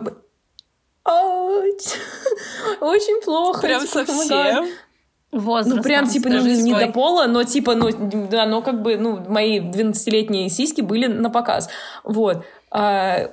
[SPEAKER 1] Очень плохо.
[SPEAKER 2] Прям совсем?
[SPEAKER 4] Возраст.
[SPEAKER 1] Ну, прям, типа, ну,
[SPEAKER 4] скажи
[SPEAKER 1] не
[SPEAKER 4] свой.
[SPEAKER 1] до пола, но, типа, ну, да, но, как бы, ну, мои двенадцатилетние сиськи были на показ. Вот. А,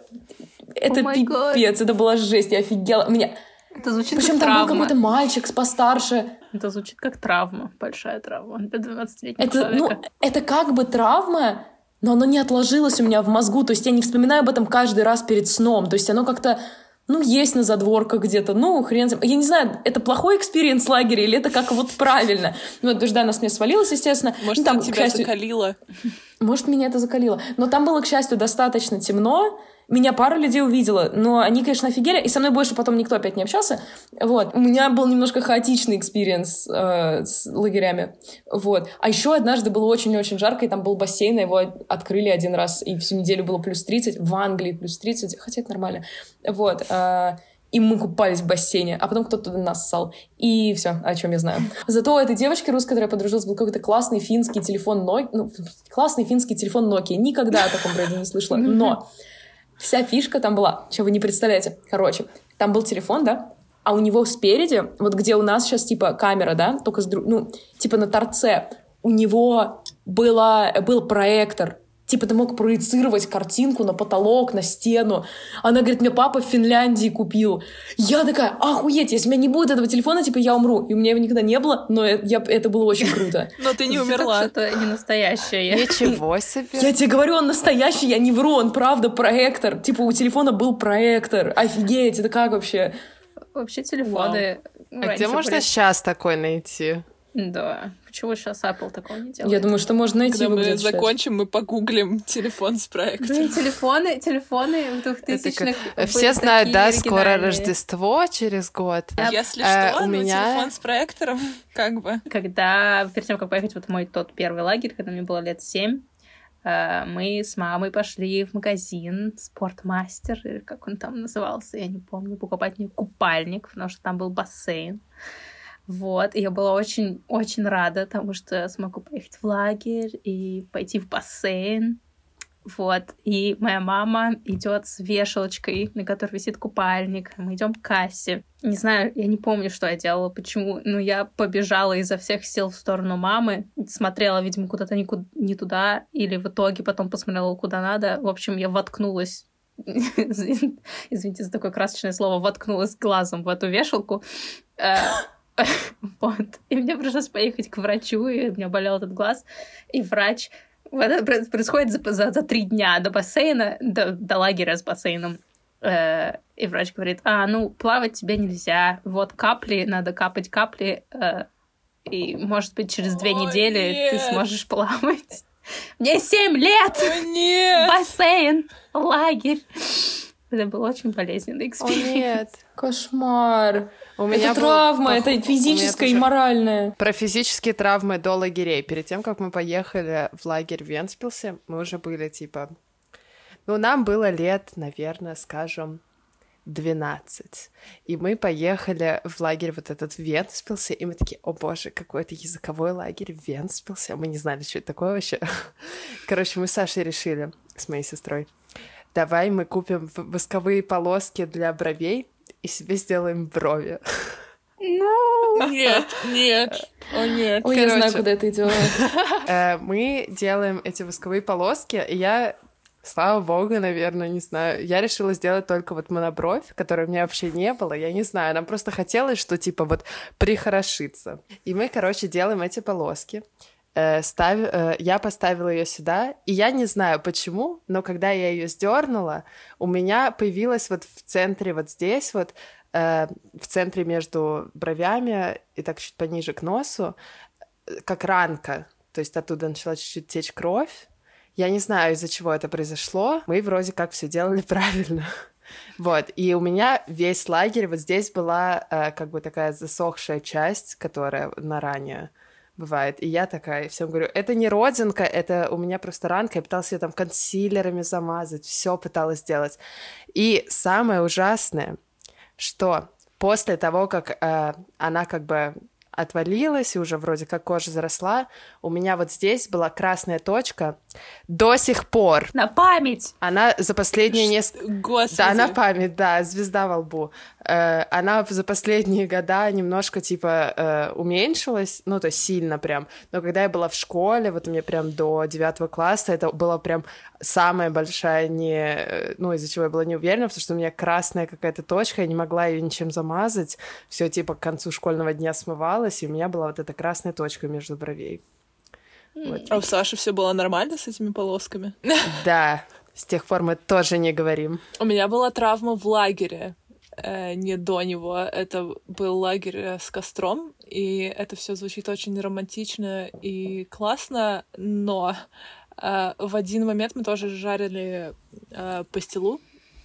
[SPEAKER 1] это
[SPEAKER 4] Oh my
[SPEAKER 1] пипец,
[SPEAKER 4] God.
[SPEAKER 1] это была жесть, я офигела. У меня...
[SPEAKER 4] Это звучит
[SPEAKER 1] Причем
[SPEAKER 4] как
[SPEAKER 1] там был
[SPEAKER 4] травма.
[SPEAKER 1] какой-то мальчик постарше.
[SPEAKER 4] Это звучит как травма, большая травма для двенадцатилетнего
[SPEAKER 1] Это,
[SPEAKER 4] человека.
[SPEAKER 1] ну, это как бы травма, но оно не отложилось у меня в мозгу. То есть я не вспоминаю об этом каждый раз перед сном. То есть оно как-то... Ну, есть на задворках где-то, ну, хрен с ним. Я не знаю, это плохой экспириенс лагеря или это как вот правильно. Ну, потому что, да, она с меня свалилась, естественно.
[SPEAKER 2] Может,
[SPEAKER 1] ну, там,
[SPEAKER 2] это тебя
[SPEAKER 1] к счастью...
[SPEAKER 2] закалило?
[SPEAKER 1] Может, меня это закалило. Но там было, к счастью, достаточно темно. Меня пара людей увидела, но они, конечно, офигели. И со мной больше потом никто опять не общался. Вот. У меня был немножко хаотичный экспириенс э, с лагерями. Вот. А еще однажды было очень-очень жарко, и там был бассейн, его открыли один раз, и всю неделю было плюс тридцать. В Англии плюс тридцать, хотя это нормально. Вот. Э, и мы купались в бассейне, а потом кто-то туда нас ссал. И все, о чем я знаю. Зато у этой девочки русской, которой я подружилась, был какой-то классный финский телефон Nokia. Ну, классный финский телефон Nokia. Никогда о таком бренде не слышала. Но вся фишка там была, что вы не представляете. Короче, там был телефон, да, а у него спереди, вот где у нас сейчас типа камера, да, только с друг... ну, типа на торце, у него была... был проектор. Типа ты мог проецировать картинку на потолок, на стену. Она говорит, мне папа в Финляндии купил. Я такая, охуеть, если у меня не будет этого телефона, типа я умру. И у меня его никогда не было, но я... это было очень круто.
[SPEAKER 2] Но ты не умерла.
[SPEAKER 4] Это не настоящее.
[SPEAKER 3] Ничего себе.
[SPEAKER 1] Я тебе говорю, он настоящий, я не вру, он правда проектор. Типа у телефона был проектор. Офигеть, это как вообще?
[SPEAKER 4] Вообще телефоны...
[SPEAKER 3] А где можно сейчас такой найти?
[SPEAKER 4] Да. Почему сейчас Apple такого не делает?
[SPEAKER 1] Я думаю, что можно найти
[SPEAKER 2] Когда
[SPEAKER 1] его
[SPEAKER 2] мы
[SPEAKER 1] где-то сейчас.
[SPEAKER 2] закончим, мы погуглим телефон с проектором.
[SPEAKER 4] Блин, телефоны, телефоны в двухтысячных...
[SPEAKER 3] Все знают, да, скоро Рождество через год.
[SPEAKER 2] Если
[SPEAKER 3] А,
[SPEAKER 2] что,
[SPEAKER 3] у
[SPEAKER 2] ну,
[SPEAKER 3] меня-
[SPEAKER 2] телефон с проектором, как бы.
[SPEAKER 4] Когда, перед тем, как поехать вот в мой тот первый лагерь, когда мне было лет семь, э, мы с мамой пошли в магазин Спортмастер, или как он там назывался, я не помню, покупать мне купальник, потому что там был бассейн. Вот, и я была очень-очень рада, потому что смогу поехать в лагерь и пойти в бассейн. Вот, и моя мама идет с вешалочкой, на которой висит купальник. Мы идем к кассе. Не знаю, я не помню, что я делала, почему, но я побежала изо всех сил в сторону мамы, смотрела, видимо, куда-то не, ку- не туда, или в итоге потом посмотрела, куда надо. В общем, я воткнулась, извините за такое красочное слово, воткнулась глазом в эту вешалку. Вот. И мне пришлось поехать к врачу, и у меня болел этот глаз. И врач... Это происходит за, за, за три дня до бассейна, до, до лагеря с бассейном. Э, и врач говорит, а, ну, плавать тебе нельзя. Вот капли, надо капать капли. Э, и, может быть, через две
[SPEAKER 2] О,
[SPEAKER 4] недели
[SPEAKER 2] нет.
[SPEAKER 4] ты сможешь плавать. Мне семь лет!
[SPEAKER 2] О, нет!
[SPEAKER 4] Бассейн! Лагерь! Это был очень болезненный
[SPEAKER 3] О,
[SPEAKER 4] эксперимент.
[SPEAKER 3] нет.
[SPEAKER 1] Кошмар.
[SPEAKER 3] У меня
[SPEAKER 1] Это
[SPEAKER 3] был
[SPEAKER 1] травма,
[SPEAKER 3] пох-
[SPEAKER 1] это
[SPEAKER 3] у меня
[SPEAKER 1] физическая и
[SPEAKER 3] тоже-
[SPEAKER 1] моральная.
[SPEAKER 3] Про физические травмы до лагерей. Перед тем, как мы поехали в лагерь в Вентспилсе, мы уже были, типа... Ну, нам было лет, наверное, скажем, двенадцать. И мы поехали в лагерь вот этот в Вентспилсе, и мы такие, о боже, какой-то языковой лагерь в Вентспилсе. Мы не знали, что это такое вообще. Короче, мы с Сашей решили, с моей сестрой, давай мы купим восковые полоски для бровей и себе сделаем брови.
[SPEAKER 4] Ну,
[SPEAKER 2] Нет, нет, о нет.
[SPEAKER 1] Ой, я знаю, куда это идет.
[SPEAKER 3] Мы делаем эти восковые полоски, и я, слава богу, наверное, не знаю, я решила сделать только вот монобровь, которой у меня вообще не было, я не знаю, нам просто хотелось, что типа вот прихорошиться. И мы, короче, делаем эти полоски. Э, став... э, я поставила ее сюда, и я не знаю почему, но когда я ее сдернула, у меня появилась вот в центре, вот здесь вот, э, в центре между бровями и так чуть пониже к носу, как ранка, то есть оттуда начала чуть-чуть течь кровь. Я не знаю, из-за чего это произошло. Мы вроде как все делали правильно. Вот, и у меня весь лагерь, вот здесь была э, как бы такая засохшая часть, которая на ране бывает. И я такая всем говорю, это не родинка, это у меня просто ранка. Я пыталась ее там консилерами замазать, все пыталась сделать. И самое ужасное, что после того, как э, она как бы отвалилась, и уже вроде как кожа заросла, у меня вот здесь была красная точка до сих пор.
[SPEAKER 4] На память!
[SPEAKER 3] Она за последние несколько...
[SPEAKER 2] Господи.
[SPEAKER 3] Да, на память, да, звезда во лбу. Э, она за последние года немножко, типа, э, уменьшилась, ну, то есть сильно прям. Но когда я была в школе, вот у меня прям до девятого класса, это была прям самая большая не... Ну, из-за чего я была не уверена, потому что у меня красная какая-то точка, я не могла ее ничем замазать. Все типа, к концу школьного дня смывалось, и у меня была вот эта красная точка между бровей. Вот.
[SPEAKER 2] А у Саши все было нормально с этими полосками?
[SPEAKER 3] Да, с тех пор мы тоже не говорим.
[SPEAKER 2] У меня была травма в лагере, э, не до него. Это был лагерь э, с костром, и это все звучит очень романтично и классно, но э, в один момент мы тоже жарили э, пастилу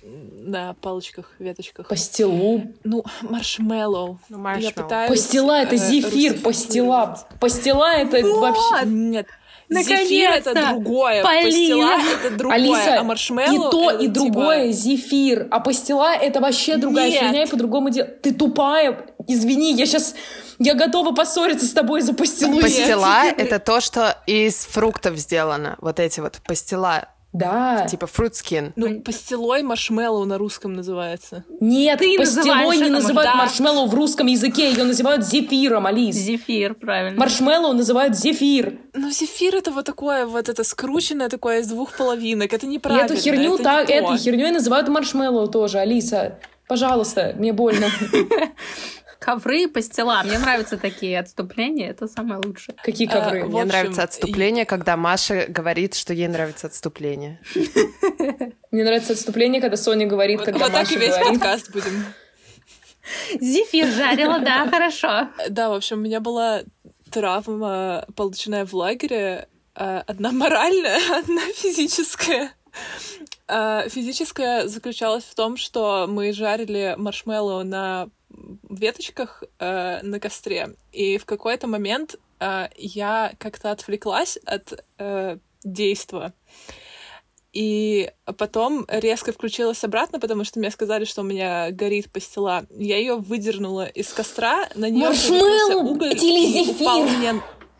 [SPEAKER 2] на палочках, веточках.
[SPEAKER 1] Пастилу.
[SPEAKER 2] Ну, маршмеллоу.
[SPEAKER 3] Ну, маршмеллоу.
[SPEAKER 2] Я пытаюсь,
[SPEAKER 1] Пастила — это
[SPEAKER 2] э,
[SPEAKER 1] зефир, пастила. Пастила — это
[SPEAKER 2] Вот!
[SPEAKER 1] вообще...
[SPEAKER 2] Нет.
[SPEAKER 4] Наконец-то!
[SPEAKER 2] Зефир — это другое,
[SPEAKER 4] Полина!
[SPEAKER 2] пастила — это другое,
[SPEAKER 1] Алиса,
[SPEAKER 2] а маршмеллоу
[SPEAKER 1] и то,
[SPEAKER 2] это,
[SPEAKER 1] и
[SPEAKER 2] типа,
[SPEAKER 1] другое зефир, а пастила — это вообще другая
[SPEAKER 2] Нет.
[SPEAKER 1] фигня, и по-другому делать. Ты тупая, извини, я сейчас... Я готова поссориться с тобой за пастилу.
[SPEAKER 3] Пастила — это то, что из фруктов сделано. Вот эти вот пастила.
[SPEAKER 1] Да.
[SPEAKER 3] Типа фрутскин.
[SPEAKER 2] Ну, пастилой маршмеллоу на русском называется.
[SPEAKER 1] Нет,
[SPEAKER 4] Ты
[SPEAKER 1] пастилой
[SPEAKER 4] называешь
[SPEAKER 1] не
[SPEAKER 4] это
[SPEAKER 1] называют
[SPEAKER 2] да.
[SPEAKER 1] маршмеллоу в русском языке, ее называют зефиром, Алис.
[SPEAKER 4] Зефир, правильно.
[SPEAKER 1] Маршмеллоу называют зефир.
[SPEAKER 2] Ну, зефир — это вот такое, вот это скрученное такое из двух половинок. Это
[SPEAKER 1] И
[SPEAKER 2] неправильно.
[SPEAKER 1] эту херню
[SPEAKER 2] это
[SPEAKER 1] так,
[SPEAKER 2] не то.
[SPEAKER 1] этой херней называют маршмеллоу тоже, Алиса. Пожалуйста, мне больно.
[SPEAKER 4] Ковры, пастила. Мне нравятся такие отступления, это самое лучшее.
[SPEAKER 1] Какие ковры?
[SPEAKER 2] А,
[SPEAKER 3] Мне
[SPEAKER 2] в общем,
[SPEAKER 3] нравится отступление, когда Маша говорит, что ей нравится отступление.
[SPEAKER 1] Мне нравится отступление, когда Соня говорит,
[SPEAKER 2] Вот,
[SPEAKER 1] когда
[SPEAKER 2] вот так
[SPEAKER 1] Маша
[SPEAKER 2] и весь
[SPEAKER 1] говорит.
[SPEAKER 2] подкаст будем.
[SPEAKER 4] Зефир жарила, да, хорошо.
[SPEAKER 2] Да, в общем, у меня была травма, полученная в лагере. э, Одна моральная, одна физическая. Э, Физическая заключалась в том, что мы жарили маршмеллоу на веточках э, на костре. И в какой-то момент э, я как-то отвлеклась от э, действа. И потом резко включилась обратно, потому что мне сказали, что у меня горит пастила. Я ее выдернула из костра, на нее
[SPEAKER 1] Маршмеллоу,
[SPEAKER 2] уголь
[SPEAKER 1] это ли
[SPEAKER 2] и
[SPEAKER 1] зефир?
[SPEAKER 2] упал мне...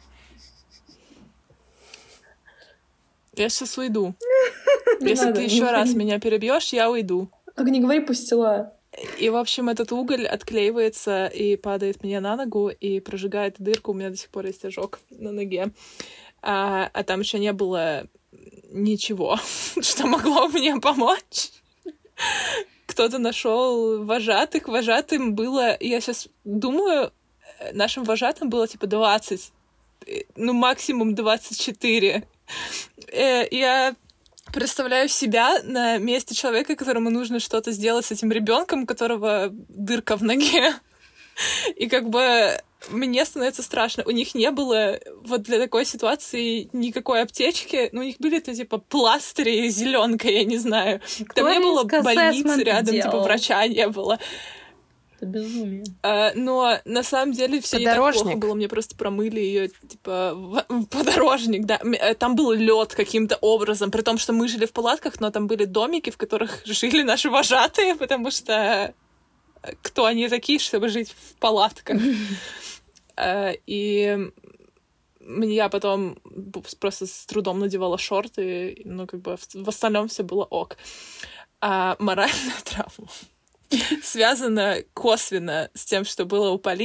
[SPEAKER 2] Я сейчас уйду.
[SPEAKER 1] Не
[SPEAKER 2] Если
[SPEAKER 1] надо,
[SPEAKER 2] ты
[SPEAKER 1] не
[SPEAKER 2] еще раз
[SPEAKER 1] уходи.
[SPEAKER 2] меня перебьешь, я уйду.
[SPEAKER 1] Как не говори пастила.
[SPEAKER 2] И, в общем, этот уголь отклеивается и падает мне на ногу и прожигает дырку. У меня до сих пор есть ожог на ноге. А, а там еще не было ничего, что могло мне помочь. Кто-то нашел вожатых. Вожатым было... Я сейчас думаю, нашим вожатым было типа двадцать. Ну, максимум двадцать четыре. Я... представляю себя на месте человека, которому нужно что-то сделать с этим ребенком, у которого дырка в ноге. И как бы мне становится страшно. У них не было вот для такой ситуации никакой аптечки. Ну, у них были-то типа пластыри, зеленка, я не знаю.
[SPEAKER 4] Кто
[SPEAKER 2] Там не было
[SPEAKER 4] риск
[SPEAKER 2] больницы
[SPEAKER 4] ассессмент
[SPEAKER 2] рядом, типа
[SPEAKER 4] делал?
[SPEAKER 2] врача не было.
[SPEAKER 4] Это безумие.
[SPEAKER 2] А, но на самом деле все не так
[SPEAKER 3] Подорожник.
[SPEAKER 2] плохо было. Мне просто промыли ее, типа, в... подорожник, да. М- Там был лед каким-то образом, при том, что мы жили в палатках, но там были домики, в которых жили наши вожатые, потому что кто они такие, чтобы жить в палатках? А, И я потом просто с трудом надевала шорты, ну, как бы в остальном все было ок. А моральная травма связано косвенно с тем, что было у Полины.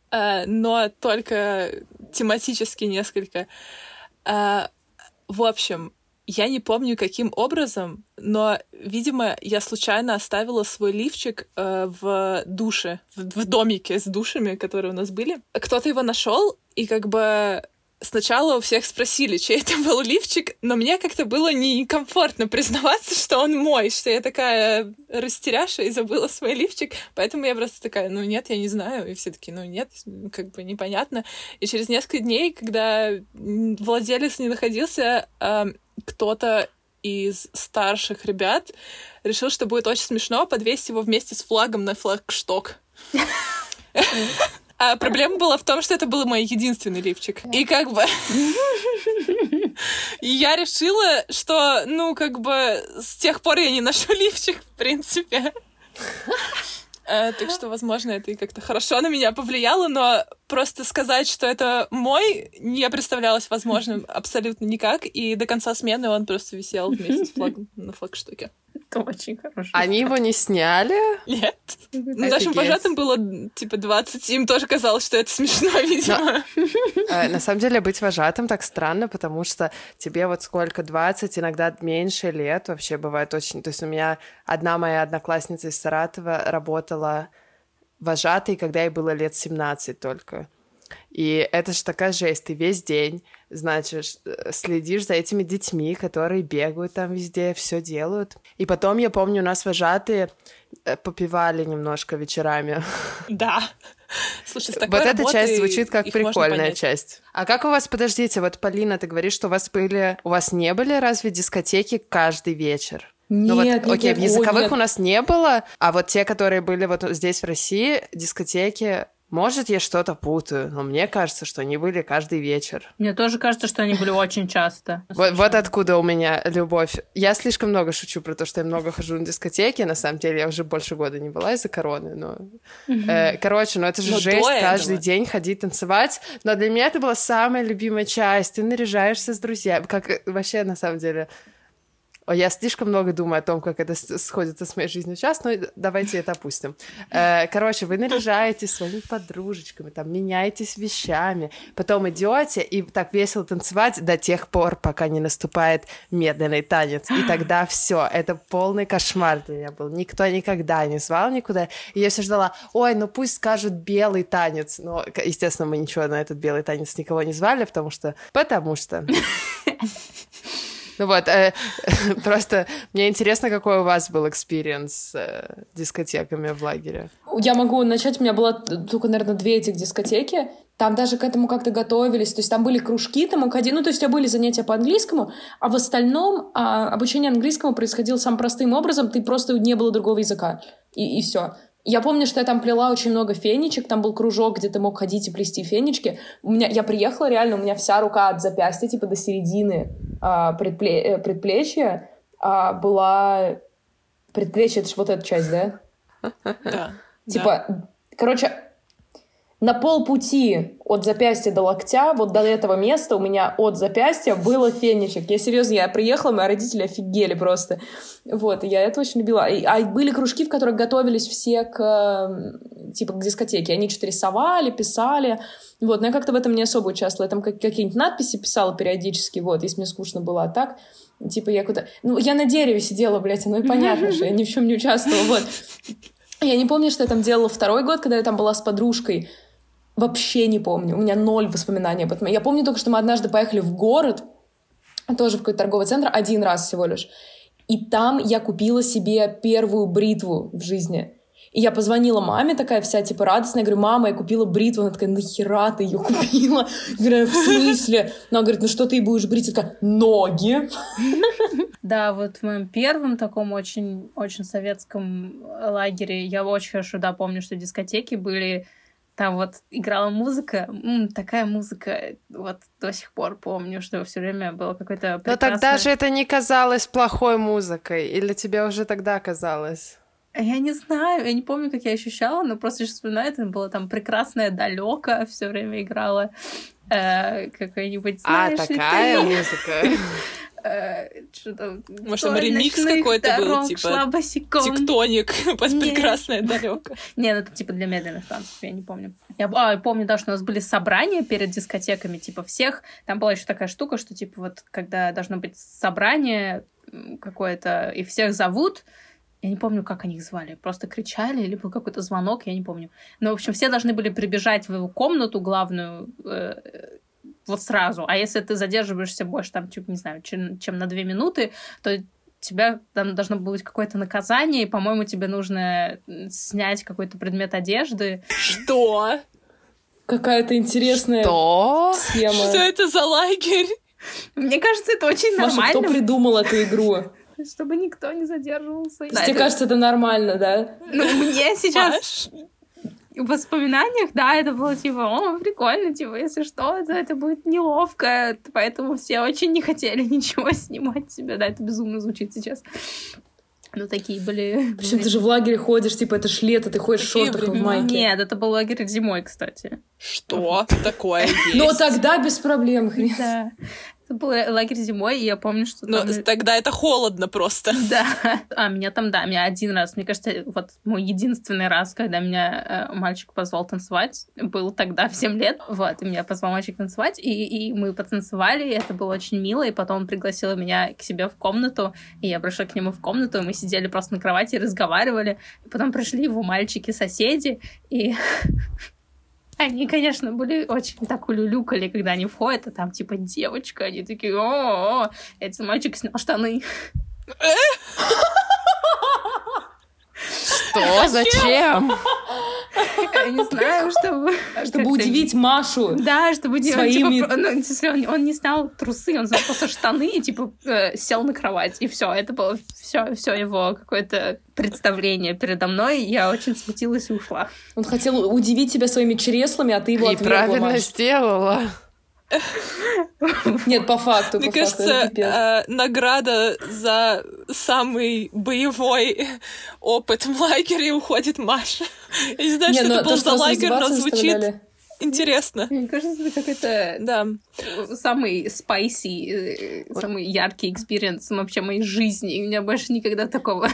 [SPEAKER 2] э, но только тематически несколько. Э, в общем, я не помню, каким образом, но, видимо, я случайно оставила свой лифчик э, в душе, в, в домике с душами, которые у нас были. Кто-то его нашел, и как бы сначала у всех спросили, чей это был лифчик, но мне как-то было некомфортно признаваться, что он мой, что я такая растеряша и забыла свой лифчик, поэтому я просто такая, ну нет, я не знаю, и все таки ну нет, как бы непонятно. И через несколько дней, когда владелец не находился, кто-то из старших ребят решил, что будет очень смешно подвесить его вместе с флагом на флагшток. А проблема была в том, что это был мой единственный лифчик. И как бы... Я решила, что, ну, как бы, с тех пор я не ношу лифчик, в принципе. Uh, так что, возможно, это и как-то хорошо на меня повлияло, но просто сказать, что это мой, не представлялось возможным абсолютно никак, и до конца смены он просто висел вместе с флагом на флагштоке.
[SPEAKER 4] Это очень хорошо.
[SPEAKER 3] Они его не сняли?
[SPEAKER 2] Нет. Ну, нашим вожатым было, типа, двадцать, им тоже казалось, что это смешно, видимо.
[SPEAKER 3] Но, на самом деле, быть вожатым так странно, потому что тебе вот сколько, двадцать, иногда меньше лет вообще бывает очень... То есть у меня одна моя одноклассница из Саратова работала вожатой, когда ей было лет семнадцать только. И это же такая жесть, ты весь день, значит, следишь за этими детьми, которые бегают там везде, все делают. И потом, я помню, у нас вожатые попивали немножко вечерами.
[SPEAKER 2] Да. Слушай, с такой
[SPEAKER 3] вот эта часть звучит как прикольная
[SPEAKER 2] понять.
[SPEAKER 3] часть. А как у вас, подождите, вот, Полина, ты говоришь, что у вас были... У вас не были разве дискотеки каждый вечер?
[SPEAKER 1] Нет,
[SPEAKER 3] ну вот,
[SPEAKER 1] нет,
[SPEAKER 3] окей,
[SPEAKER 1] нет,
[SPEAKER 3] в языковых
[SPEAKER 1] о, нет.
[SPEAKER 3] у нас не было, а вот те, которые были вот здесь, в России, дискотеки... Может, я что-то путаю, но мне кажется, что они были каждый вечер.
[SPEAKER 4] Мне тоже кажется, что они были очень часто.
[SPEAKER 3] Вот, вот откуда у меня любовь. Я слишком много шучу про то, что я много хожу на дискотеки. На самом деле, я уже больше года не была из-за короны. Но... Mm-hmm. Э, короче, ну это же но жесть каждый этого. день ходить танцевать. Но для меня это была самая любимая часть. Ты наряжаешься с друзьями. Как вообще, на самом деле... Я слишком много думаю о том, как это сходится с моей жизнью сейчас, но давайте это опустим. Короче, вы наряжаетесь своими подружечками, там, меняетесь вещами, потом идете и так весело танцевать до тех пор, пока не наступает медленный танец. И тогда все, это полный кошмар для меня был. Никто никогда не звал никуда. И я все ждала, ой, ну пусть скажут белый танец. Но, естественно, мы ничего на этот белый танец никого не звали, потому что... Потому что... Ну вот, э, просто мне интересно, какой у вас был экспириенс с э, дискотеками в лагере.
[SPEAKER 1] Я могу начать, у меня было только, наверное, две этих дискотеки. Там даже к этому как-то готовились, то есть там были кружки, там у ну, то есть у тебя были занятия по английскому, а в остальном а, обучение английскому происходило самым простым образом, ты просто не было другого языка, и, и все. Я помню, что я там плела очень много фенечек, там был кружок, где ты мог ходить и плести фенечки. У меня, я приехала, реально, у меня вся рука от запястья, типа, до середины а, предпле, предплечья а, была... Предплечье — это же вот эта часть, да?
[SPEAKER 2] Да.
[SPEAKER 1] Типа, короче, на полпути от запястья до локтя, вот до этого места у меня от запястья было фенечек. Я серьезно, я приехала, мои родители офигели просто. Вот, и я это очень любила. И, а были кружки, в которых готовились все к, типа, к дискотеке. Они что-то рисовали, писали. Вот, но я как-то в этом не особо участвовала. Я там как, какие-нибудь надписи писала периодически, вот, если мне скучно было. А так, типа, я куда-то... Ну, я на дереве сидела, блядь, ну и понятно, что я ни в чем не участвовала, вот. Я не помню, что я там делала второй год, когда я там была с подружкой. Вообще не помню. У меня ноль воспоминаний об этом. Я помню только, что мы однажды поехали в город, тоже в какой-то торговый центр, один раз всего лишь. И там я купила себе первую бритву в жизни. И я позвонила маме, такая вся, типа, радостная. Я говорю, мама, я купила бритву. Она такая, нахера ты ее купила? Я говорю, в смысле? Она говорит, ну что ты будешь брить? Я такая, ноги.
[SPEAKER 4] Да, вот в моем первом таком очень, очень советском лагере я очень хорошо, да, помню, что дискотеки были... Там вот играла музыка, м, такая музыка, вот до сих пор помню, что все время было какое-то прекрасное...
[SPEAKER 3] Но тогда же это не казалось плохой музыкой, или тебе уже тогда казалось?
[SPEAKER 4] Я не знаю, я не помню, как я ощущала, но просто сейчас вспоминаю, это было там прекрасное далеко, все время играла э, какая-нибудь, знаешь,
[SPEAKER 3] а, такая
[SPEAKER 4] ты...
[SPEAKER 3] музыка.
[SPEAKER 4] Э, что-то...
[SPEAKER 2] Может, там ремикс какой-то был, типа «Тектоник» под «Прекрасное далеко».
[SPEAKER 4] Нет, это типа для медленных танцев, я не помню. Я а, помню, да, что у нас были собрания перед дискотеками, типа всех. Там была еще такая штука, что типа вот когда должно быть собрание какое-то, и всех зовут, я не помню, как они их звали, просто кричали, или был какой-то звонок, я не помню. Но, в общем, все должны были прибежать в его комнату главную э, вот сразу. А если ты задерживаешься больше, там, типа, не знаю, чем, чем на две минуты, то тебя там должно быть какое-то наказание, и, по-моему, тебе нужно снять какой-то предмет одежды.
[SPEAKER 2] Что?
[SPEAKER 1] Какая-то интересная
[SPEAKER 3] Что?
[SPEAKER 1] схема.
[SPEAKER 2] Что это за лагерь?
[SPEAKER 4] Мне кажется, это очень
[SPEAKER 1] Маша,
[SPEAKER 4] нормально.
[SPEAKER 1] кто придумал эту игру?
[SPEAKER 4] Чтобы никто не задерживался.
[SPEAKER 1] Да, тебе это... кажется, это нормально, да?
[SPEAKER 4] Ну, мне сейчас в воспоминаниях, да, это было типа, о, прикольно, типа, если что, то это будет неловко, поэтому все очень не хотели ничего снимать себе. Да, это безумно звучит сейчас. Ну, такие были...
[SPEAKER 1] Причем ты же в лагере ходишь, типа, это ж лето, ты ходишь в шортах и в майке.
[SPEAKER 4] Нет, это был лагерь зимой, кстати.
[SPEAKER 2] Что такое есть?
[SPEAKER 1] Ну, тогда без проблем.
[SPEAKER 4] Да. Это был лагерь зимой, и я помню, что
[SPEAKER 2] там... Ну, тогда это холодно просто.
[SPEAKER 4] Да. А, меня там, да, меня один раз, мне кажется, вот мой единственный раз, когда меня э, мальчик позвал танцевать, был тогда в семь лет, вот, и меня позвал мальчик танцевать, и, и мы потанцевали, и это было очень мило, и потом он пригласил меня к себе в комнату, и я пришла к нему в комнату, и мы сидели просто на кровати и разговаривали, и потом пришли его мальчики-соседи, и... Они, конечно, были очень так улюлюкали, когда они входят, а там, типа, девочка, они такие, о-о-о, этот мальчик снял штаны.
[SPEAKER 3] Что? Зачем?
[SPEAKER 4] Я не знаю, чтобы...
[SPEAKER 1] Чтобы удивить Машу.
[SPEAKER 4] Да, чтобы...
[SPEAKER 1] Своими...
[SPEAKER 4] Типа, ну, если он, он не снял трусы, он снял просто штаны и, типа, э, сел на кровать, и все. Это было все, все его какое-то представление передо мной. Я очень смутилась и ушла.
[SPEAKER 1] Он хотел удивить тебя своими чреслами, а ты его
[SPEAKER 3] и
[SPEAKER 1] отвергла,
[SPEAKER 3] правильно
[SPEAKER 1] Маша.
[SPEAKER 3] сделала.
[SPEAKER 1] Нет, по факту,
[SPEAKER 2] Мне
[SPEAKER 1] по
[SPEAKER 2] кажется,
[SPEAKER 1] факту,
[SPEAKER 2] э, награда за самый боевой опыт в лагере уходит Маша. Я не знаю,
[SPEAKER 1] не,
[SPEAKER 2] что это был за лагерь, но звучит
[SPEAKER 1] заставляли.
[SPEAKER 2] Интересно.
[SPEAKER 4] Мне кажется, это какой-то
[SPEAKER 2] да.
[SPEAKER 4] самый спайси, самый яркий экспириенс вообще моей жизни. И у меня больше никогда такого...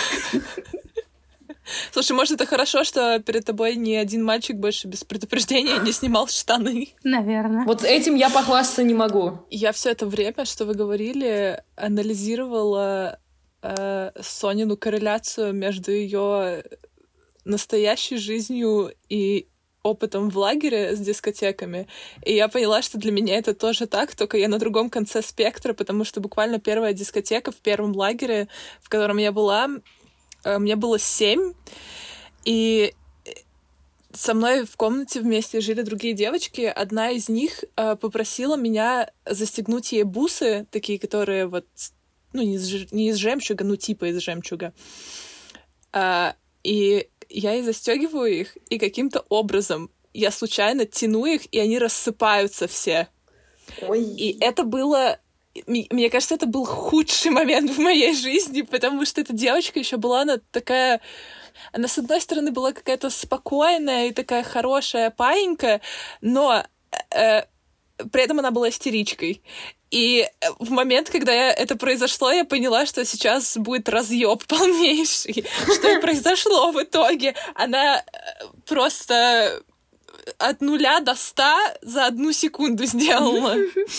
[SPEAKER 2] Слушай, может, это хорошо, что перед тобой ни один мальчик больше без предупреждения не снимал штаны?
[SPEAKER 4] Наверное.
[SPEAKER 1] Вот этим я похвастаться не могу.
[SPEAKER 2] Я все это время, что вы говорили, анализировала э, Сонину корреляцию между ее настоящей жизнью и опытом в лагере с дискотеками. И я поняла, что для меня это тоже так, только я на другом конце спектра, потому что буквально первая дискотека в первом лагере, в котором я была, мне было семь, и со мной в комнате вместе жили другие девочки. Одна из них э, попросила меня застегнуть ей бусы, такие, которые вот, ну, не из, не из жемчуга, ну, типа из жемчуга. Э, и я ей застегиваю их, и каким-то образом я случайно тяну их, и они рассыпаются все.
[SPEAKER 1] Ой.
[SPEAKER 2] И это было... Мне кажется, это был худший момент в моей жизни, потому что эта девочка еще была, она такая... Она, с одной стороны, была какая-то спокойная и такая хорошая паинька, но э, при этом она была истеричкой. И в момент, когда я, это произошло, я поняла, что сейчас будет разъеб полнейший. Что и произошло в итоге. Она просто... от нуля до ста за одну секунду сделала.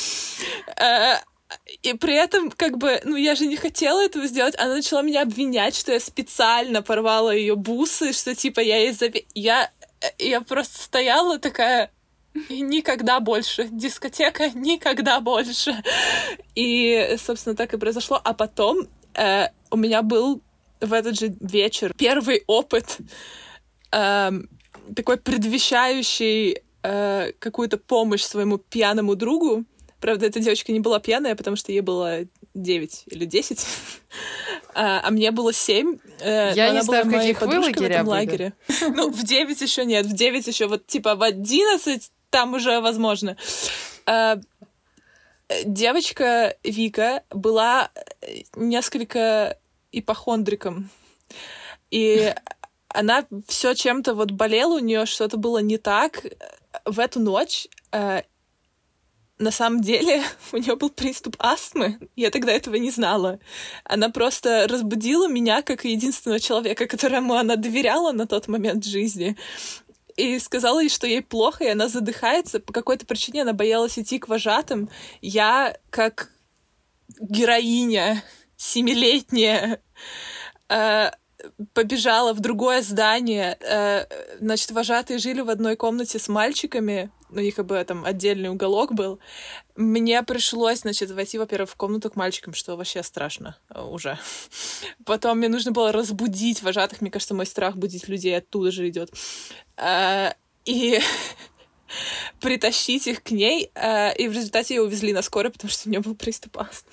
[SPEAKER 2] И при этом, как бы, ну, я же не хотела этого сделать. Она начала меня обвинять, что я специально порвала ее бусы, что, типа, я ей зав... Я, я просто стояла такая... И никогда больше. Дискотека никогда больше. И, собственно, так и произошло. А потом э, у меня был в этот же вечер первый опыт э, такой предвещающий э, какую-то помощь своему пьяному другу. Правда, эта девочка не была пьяная, потому что ей было девять или десять, а, а мне было семь. Э,
[SPEAKER 3] Я не
[SPEAKER 2] она
[SPEAKER 3] знаю,
[SPEAKER 2] была
[SPEAKER 3] в
[SPEAKER 2] моей
[SPEAKER 3] каких вы
[SPEAKER 2] подружкой в этом
[SPEAKER 3] лагеря
[SPEAKER 2] лагере. Ну, в девять еще нет, в девять еще вот типа в одиннадцать там уже возможно. А, девочка Вика была несколько ипохондриком. И она все чем-то вот болела, у нее что-то было не так. В эту ночь на самом деле у нее был приступ астмы. Я тогда этого не знала. Она просто разбудила меня как единственного человека, которому она доверяла на тот момент в жизни. И сказала ей, что ей плохо, и она задыхается. По какой-то причине она боялась идти к вожатым. Я, как героиня семилетняя, э, побежала в другое здание. Э, значит, вожатые жили в одной комнате с мальчиками. У них как бы там отдельный уголок был. Мне пришлось, значит, войти, во-первых, в комнату к мальчикам, что вообще страшно уже. Потом мне нужно было разбудить вожатых. Мне кажется, мой страх будить людей оттуда же идет. И притащить их к ней. И в результате ее увезли на скорой, потому что у нее был приступ астмы.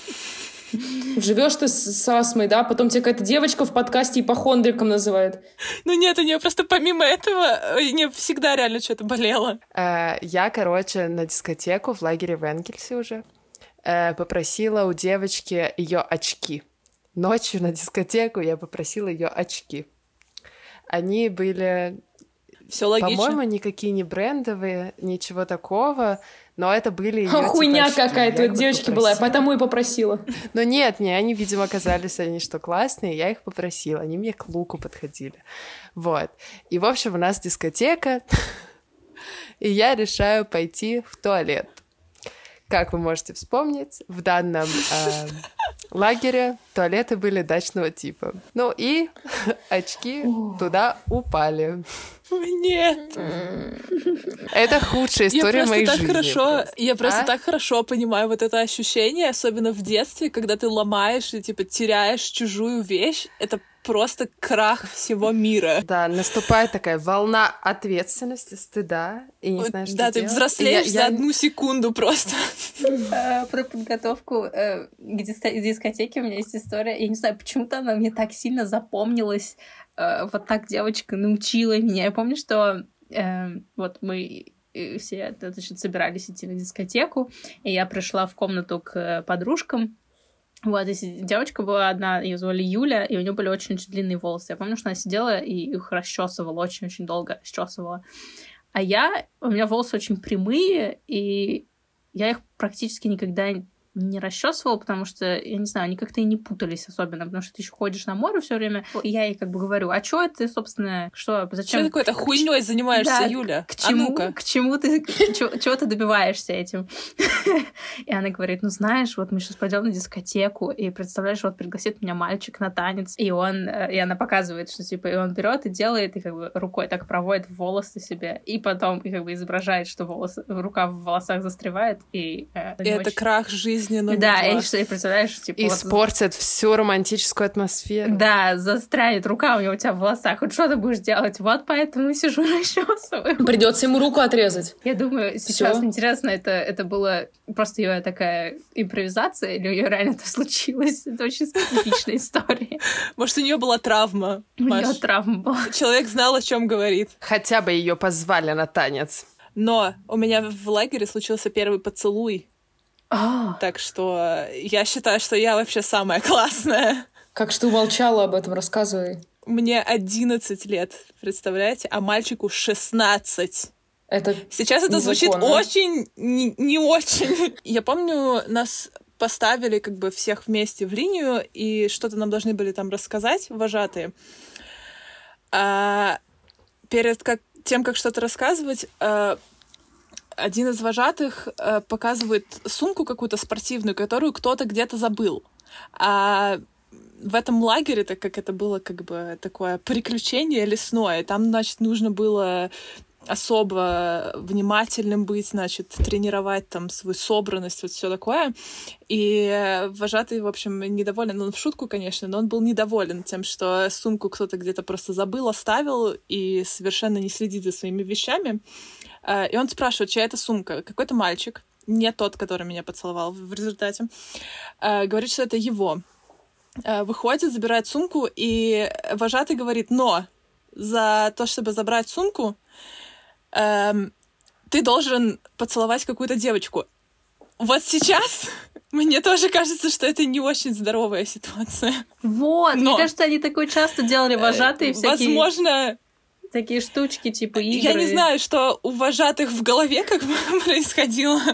[SPEAKER 1] Живешь ты с астмой, да? Потом тебя какая-то девочка в подкасте ипохондриком называет.
[SPEAKER 2] Ну нет, у нее просто помимо этого у нее всегда реально что-то болело.
[SPEAKER 3] Я, короче, на дискотеку в лагере в Энгельсе уже попросила у девочки ее очки. Ночью на дискотеку я попросила ее очки. Они были...
[SPEAKER 2] Все логично.
[SPEAKER 3] По-моему, никакие не брендовые, ничего такого, но это были ее
[SPEAKER 1] типа, хуйня
[SPEAKER 3] очки.
[SPEAKER 1] какая-то у девочки была, я потому и попросила.
[SPEAKER 3] Ну нет, не, они, видимо, оказались они что классные, я их попросила, они мне к луку подходили. Вот. И, в общем, у нас дискотека, и я решаю пойти в туалет. Как вы можете вспомнить, в данном э, лагере туалеты были дачного типа. Ну и очки туда упали.
[SPEAKER 2] Нет.
[SPEAKER 3] Это худшая история моей
[SPEAKER 2] так
[SPEAKER 3] жизни.
[SPEAKER 2] Хорошо,
[SPEAKER 3] просто.
[SPEAKER 2] Я просто
[SPEAKER 3] а?
[SPEAKER 2] так хорошо понимаю вот это ощущение, особенно в детстве, когда ты ломаешь и типа теряешь чужую вещь. Это просто крах всего мира.
[SPEAKER 3] Да, наступает такая волна ответственности, стыда, и не знаешь, что
[SPEAKER 2] Да,
[SPEAKER 3] делать.
[SPEAKER 2] ты взрослеешь
[SPEAKER 3] я,
[SPEAKER 2] за
[SPEAKER 3] я...
[SPEAKER 2] одну секунду просто.
[SPEAKER 4] Про подготовку к дискотеке у меня есть история. Я не знаю, почему-то она мне так сильно запомнилась. Вот так девочка научила меня. Я помню, что вот мы все, значит, собирались идти на дискотеку, и я пришла в комнату к подружкам. Вот, и девочка была одна, ее звали Юля, и у нее были очень-очень длинные волосы. Я помню, что она сидела и их расчесывала, очень-очень долго расчесывала. А я, у меня волосы очень прямые, и я их практически никогда не расчесывала, потому что, я не знаю, они как-то и не путались особенно, потому что ты еще ходишь на море все время. И я ей как бы говорю, а что это, собственно, что, зачем?
[SPEAKER 2] Что такое-то хуйней занимаешься,
[SPEAKER 4] да,
[SPEAKER 2] Юля?
[SPEAKER 4] К чему,
[SPEAKER 2] а ну-ка.
[SPEAKER 4] К чему ты, чего ты добиваешься этим? И она говорит, ну знаешь, вот мы сейчас пойдем на дискотеку, и представляешь, вот пригласит меня мальчик на танец, и он, и она показывает, что типа, и он берет и делает, и как бы рукой так проводит волосы себе, и потом и как бы изображает, что волосы, рука в волосах застревает, и... Э,
[SPEAKER 2] и это очень... крах жизни.
[SPEAKER 4] Да, и что, и представляешь, типа...
[SPEAKER 3] И
[SPEAKER 4] вот,
[SPEAKER 3] испортят всю романтическую атмосферу.
[SPEAKER 4] Да, застрянет рука у него у тебя в волосах. Вот что ты будешь делать? Вот поэтому сижу расчесываю.
[SPEAKER 1] Придется ему руку отрезать.
[SPEAKER 4] Я думаю, сейчас
[SPEAKER 1] Всё.
[SPEAKER 4] Интересно, это, это было просто ее такая импровизация, или у нее реально это случилось? Это очень специфичная история.
[SPEAKER 2] Может, у нее была травма.
[SPEAKER 4] У нее травма была.
[SPEAKER 2] Человек знал, о чем говорит.
[SPEAKER 3] Хотя бы ее позвали на танец.
[SPEAKER 2] Но у меня в лагере случился первый поцелуй.
[SPEAKER 4] Oh.
[SPEAKER 2] Так что я считаю, что я вообще самая классная.
[SPEAKER 1] Как что умолчала об этом, рассказывай.
[SPEAKER 2] Мне одиннадцать лет, представляете? А мальчику шестнадцать.
[SPEAKER 1] Это
[SPEAKER 2] Сейчас это звучит очень не, не очень. Я помню, нас поставили как бы всех вместе в линию, и что-то нам должны были там рассказать вожатые. А перед как, тем, как что-то рассказывать... один из вожатых э, показывает сумку какую-то спортивную, которую кто-то где-то забыл. А в этом лагере, так как это было как бы такое приключение лесное, там, значит, нужно было особо внимательным быть, значит, тренировать там свою собранность, вот все такое. И вожатый, в общем, недоволен. Он в шутку, конечно, но он был недоволен тем, что сумку кто-то где-то просто забыл, оставил и совершенно не следит за своими вещами. И он спрашивает, чья это сумка. Какой-то мальчик, не тот, который меня поцеловал в результате, говорит, что это его. Выходит, забирает сумку, и вожатый говорит, но за то, чтобы забрать сумку, эм, ты должен поцеловать какую-то девочку. Вот сейчас мне тоже кажется, что это не очень здоровая ситуация.
[SPEAKER 4] Вот,
[SPEAKER 2] но,
[SPEAKER 4] мне кажется, они такое часто делали, вожатые всякие...
[SPEAKER 2] Возможно...
[SPEAKER 4] Такие штучки, типа игры.
[SPEAKER 2] Я не знаю, что у вожатых в голове как бы происходило.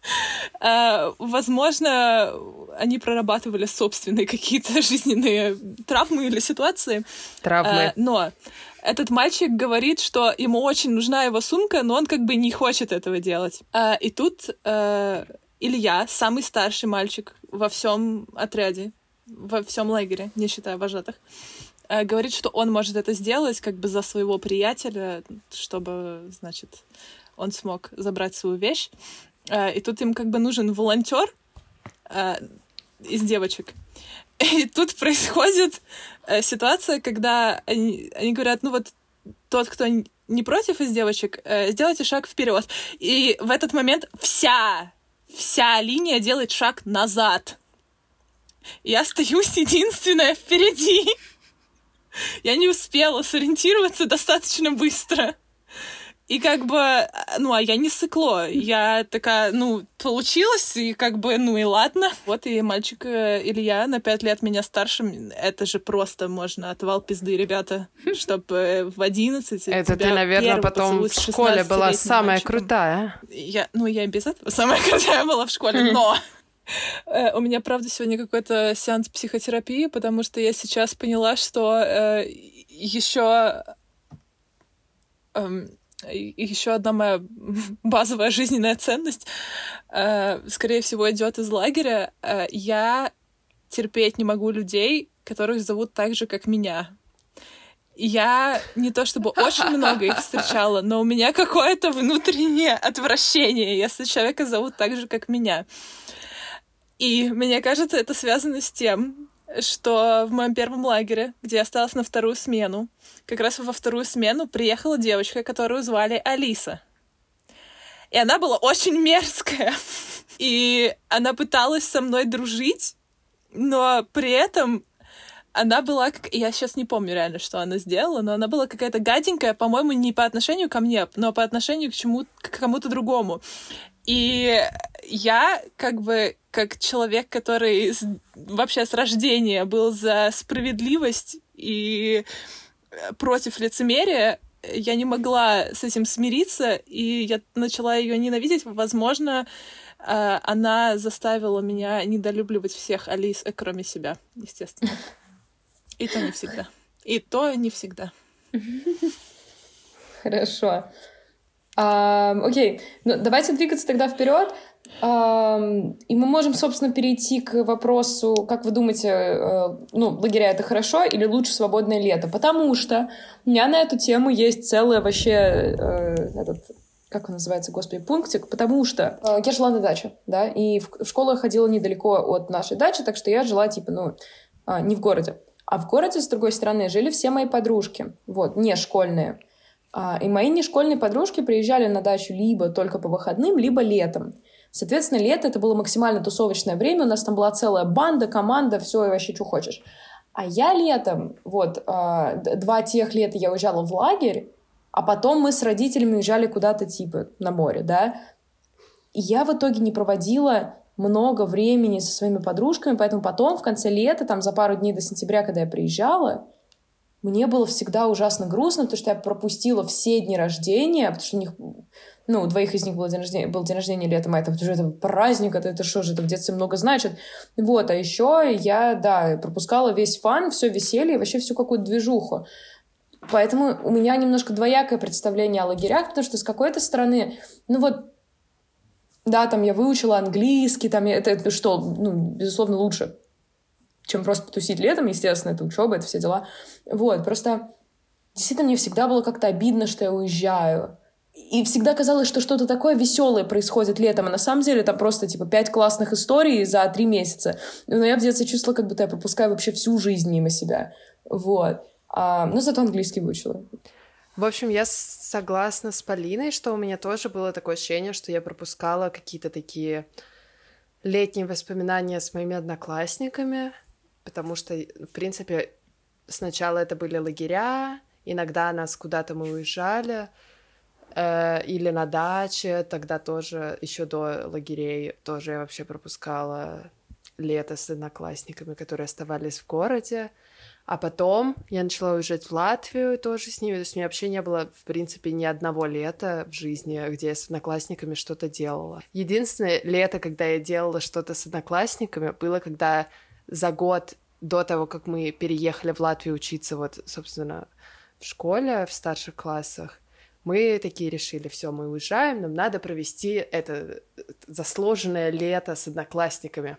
[SPEAKER 2] Возможно, они прорабатывали собственные какие-то жизненные травмы или ситуации.
[SPEAKER 3] Травмы.
[SPEAKER 2] Но этот мальчик говорит, что ему очень нужна его сумка, но он как бы не хочет этого делать. И тут Илья, самый старший мальчик во всем отряде, во всем лагере, не считая вожатых, говорит, что он может это сделать как бы за своего приятеля, чтобы, значит, он смог забрать свою вещь. И тут им как бы нужен волонтер из девочек. И тут происходит ситуация, когда они, они говорят, ну вот тот, кто не против из девочек, сделайте шаг вперед. И в этот момент вся, вся линия делает шаг назад. Я остаюсь единственная впереди. Я не успела сориентироваться достаточно быстро. И как бы, ну, а я не сыкло. Я такая, ну, получилось, и как бы, ну и ладно. Вот и мальчик Илья на пять лет меня старше. Это же просто можно отвал пизды, ребята. Чтобы в одиннадцать...
[SPEAKER 3] Это ты, наверное, потом в школе была самая
[SPEAKER 2] мальчиком.
[SPEAKER 3] крутая.
[SPEAKER 2] Я, ну, я и без этого самая крутая была в школе, но... У меня, правда, сегодня какой-то сеанс психотерапии, потому что я сейчас поняла, что э, еще... Э, еще одна моя базовая жизненная ценность, э, скорее всего, идет из лагеря. Э, я терпеть не могу людей, которых зовут так же, как меня. Я не то чтобы очень много их встречала, но у меня какое-то внутреннее отвращение, если человека зовут так же, как меня. И мне кажется, это связано с тем, что в моем первом лагере, где я осталась на вторую смену, как раз во вторую смену приехала девочка, которую звали Алиса. И она была очень мерзкая. И она пыталась со мной дружить, но при этом она была... как я сейчас не помню реально, что она сделала, но она была какая-то гаденькая, по-моему, не по отношению ко мне, но по отношению к, чему, к кому-то другому. И я как бы как человек, который с, вообще с рождения был за справедливость и против лицемерия, я не могла с этим смириться, и я начала ее ненавидеть. Возможно, она заставила меня недолюбливать всех Алис, кроме себя, естественно. И то не всегда. И то не всегда.
[SPEAKER 1] Хорошо. А, окей, ну, давайте двигаться тогда вперед. А, и мы можем, собственно, перейти к вопросу, как вы думаете, э, ну, лагеря — это хорошо или лучше свободное лето? Потому что у меня на эту тему есть целый вообще, э, этот, как он называется, господи, пунктик, потому что э, я жила на даче, да, и в, в школу я ходила недалеко от нашей дачи, так что я жила, типа, ну, э, не в городе. А в городе, с другой стороны, жили все мои подружки, вот, не школьные. И мои нешкольные подружки приезжали на дачу либо только по выходным, либо летом. Соответственно, лето — это было максимально тусовочное время, у нас там была целая банда, команда, все и вообще, что хочешь. А я летом, вот, два тех лета я уезжала в лагерь, а потом мы с родителями уезжали куда-то типа на море, да. И я в итоге не проводила много времени со своими подружками, поэтому потом в конце лета, там за пару дней до сентября, когда я приезжала, мне было всегда ужасно грустно, потому что я пропустила все дни рождения, потому что у них, ну, у двоих из них был день рождения, был день рождения летом, а это уже это праздник, это, это что же, это в детстве много значит. Вот, а еще я, да, пропускала весь фан, все веселье, вообще всю какую-то движуху. Поэтому у меня немножко двоякое представление о лагерях, потому что с какой-то стороны, ну вот, да, там я выучила английский, там я, это, это что, ну, безусловно, лучше, чем просто потусить летом, естественно, это учеба, это все дела. Вот, просто действительно мне всегда было как-то обидно, что я уезжаю. И всегда казалось, что что-то такое веселое происходит летом, а на самом деле там просто, типа, пять классных историй за три месяца. Но я в детстве чувствовала, как будто я пропускаю вообще всю жизнь мимо себя. Вот. А, но зато английский выучила.
[SPEAKER 3] В общем, я согласна с Полиной, что у меня тоже было такое ощущение, что я пропускала какие-то такие летние воспоминания с моими одноклассниками, потому что, в принципе, сначала это были лагеря, иногда нас куда-то мы уезжали, э, или на даче, тогда тоже, еще до лагерей, тоже я вообще пропускала лето с одноклассниками, которые оставались в городе. А потом я начала уезжать в Латвию тоже с ними. То есть у меня вообще не было, в принципе, ни одного лета в жизни, где я с одноклассниками что-то делала. Единственное лето, когда я делала что-то с одноклассниками, было, когда за год до того, как мы переехали в Латвию учиться, вот, собственно, в школе, в старших классах, мы такие решили, все, мы уезжаем, нам надо провести это засложенное лето с одноклассниками.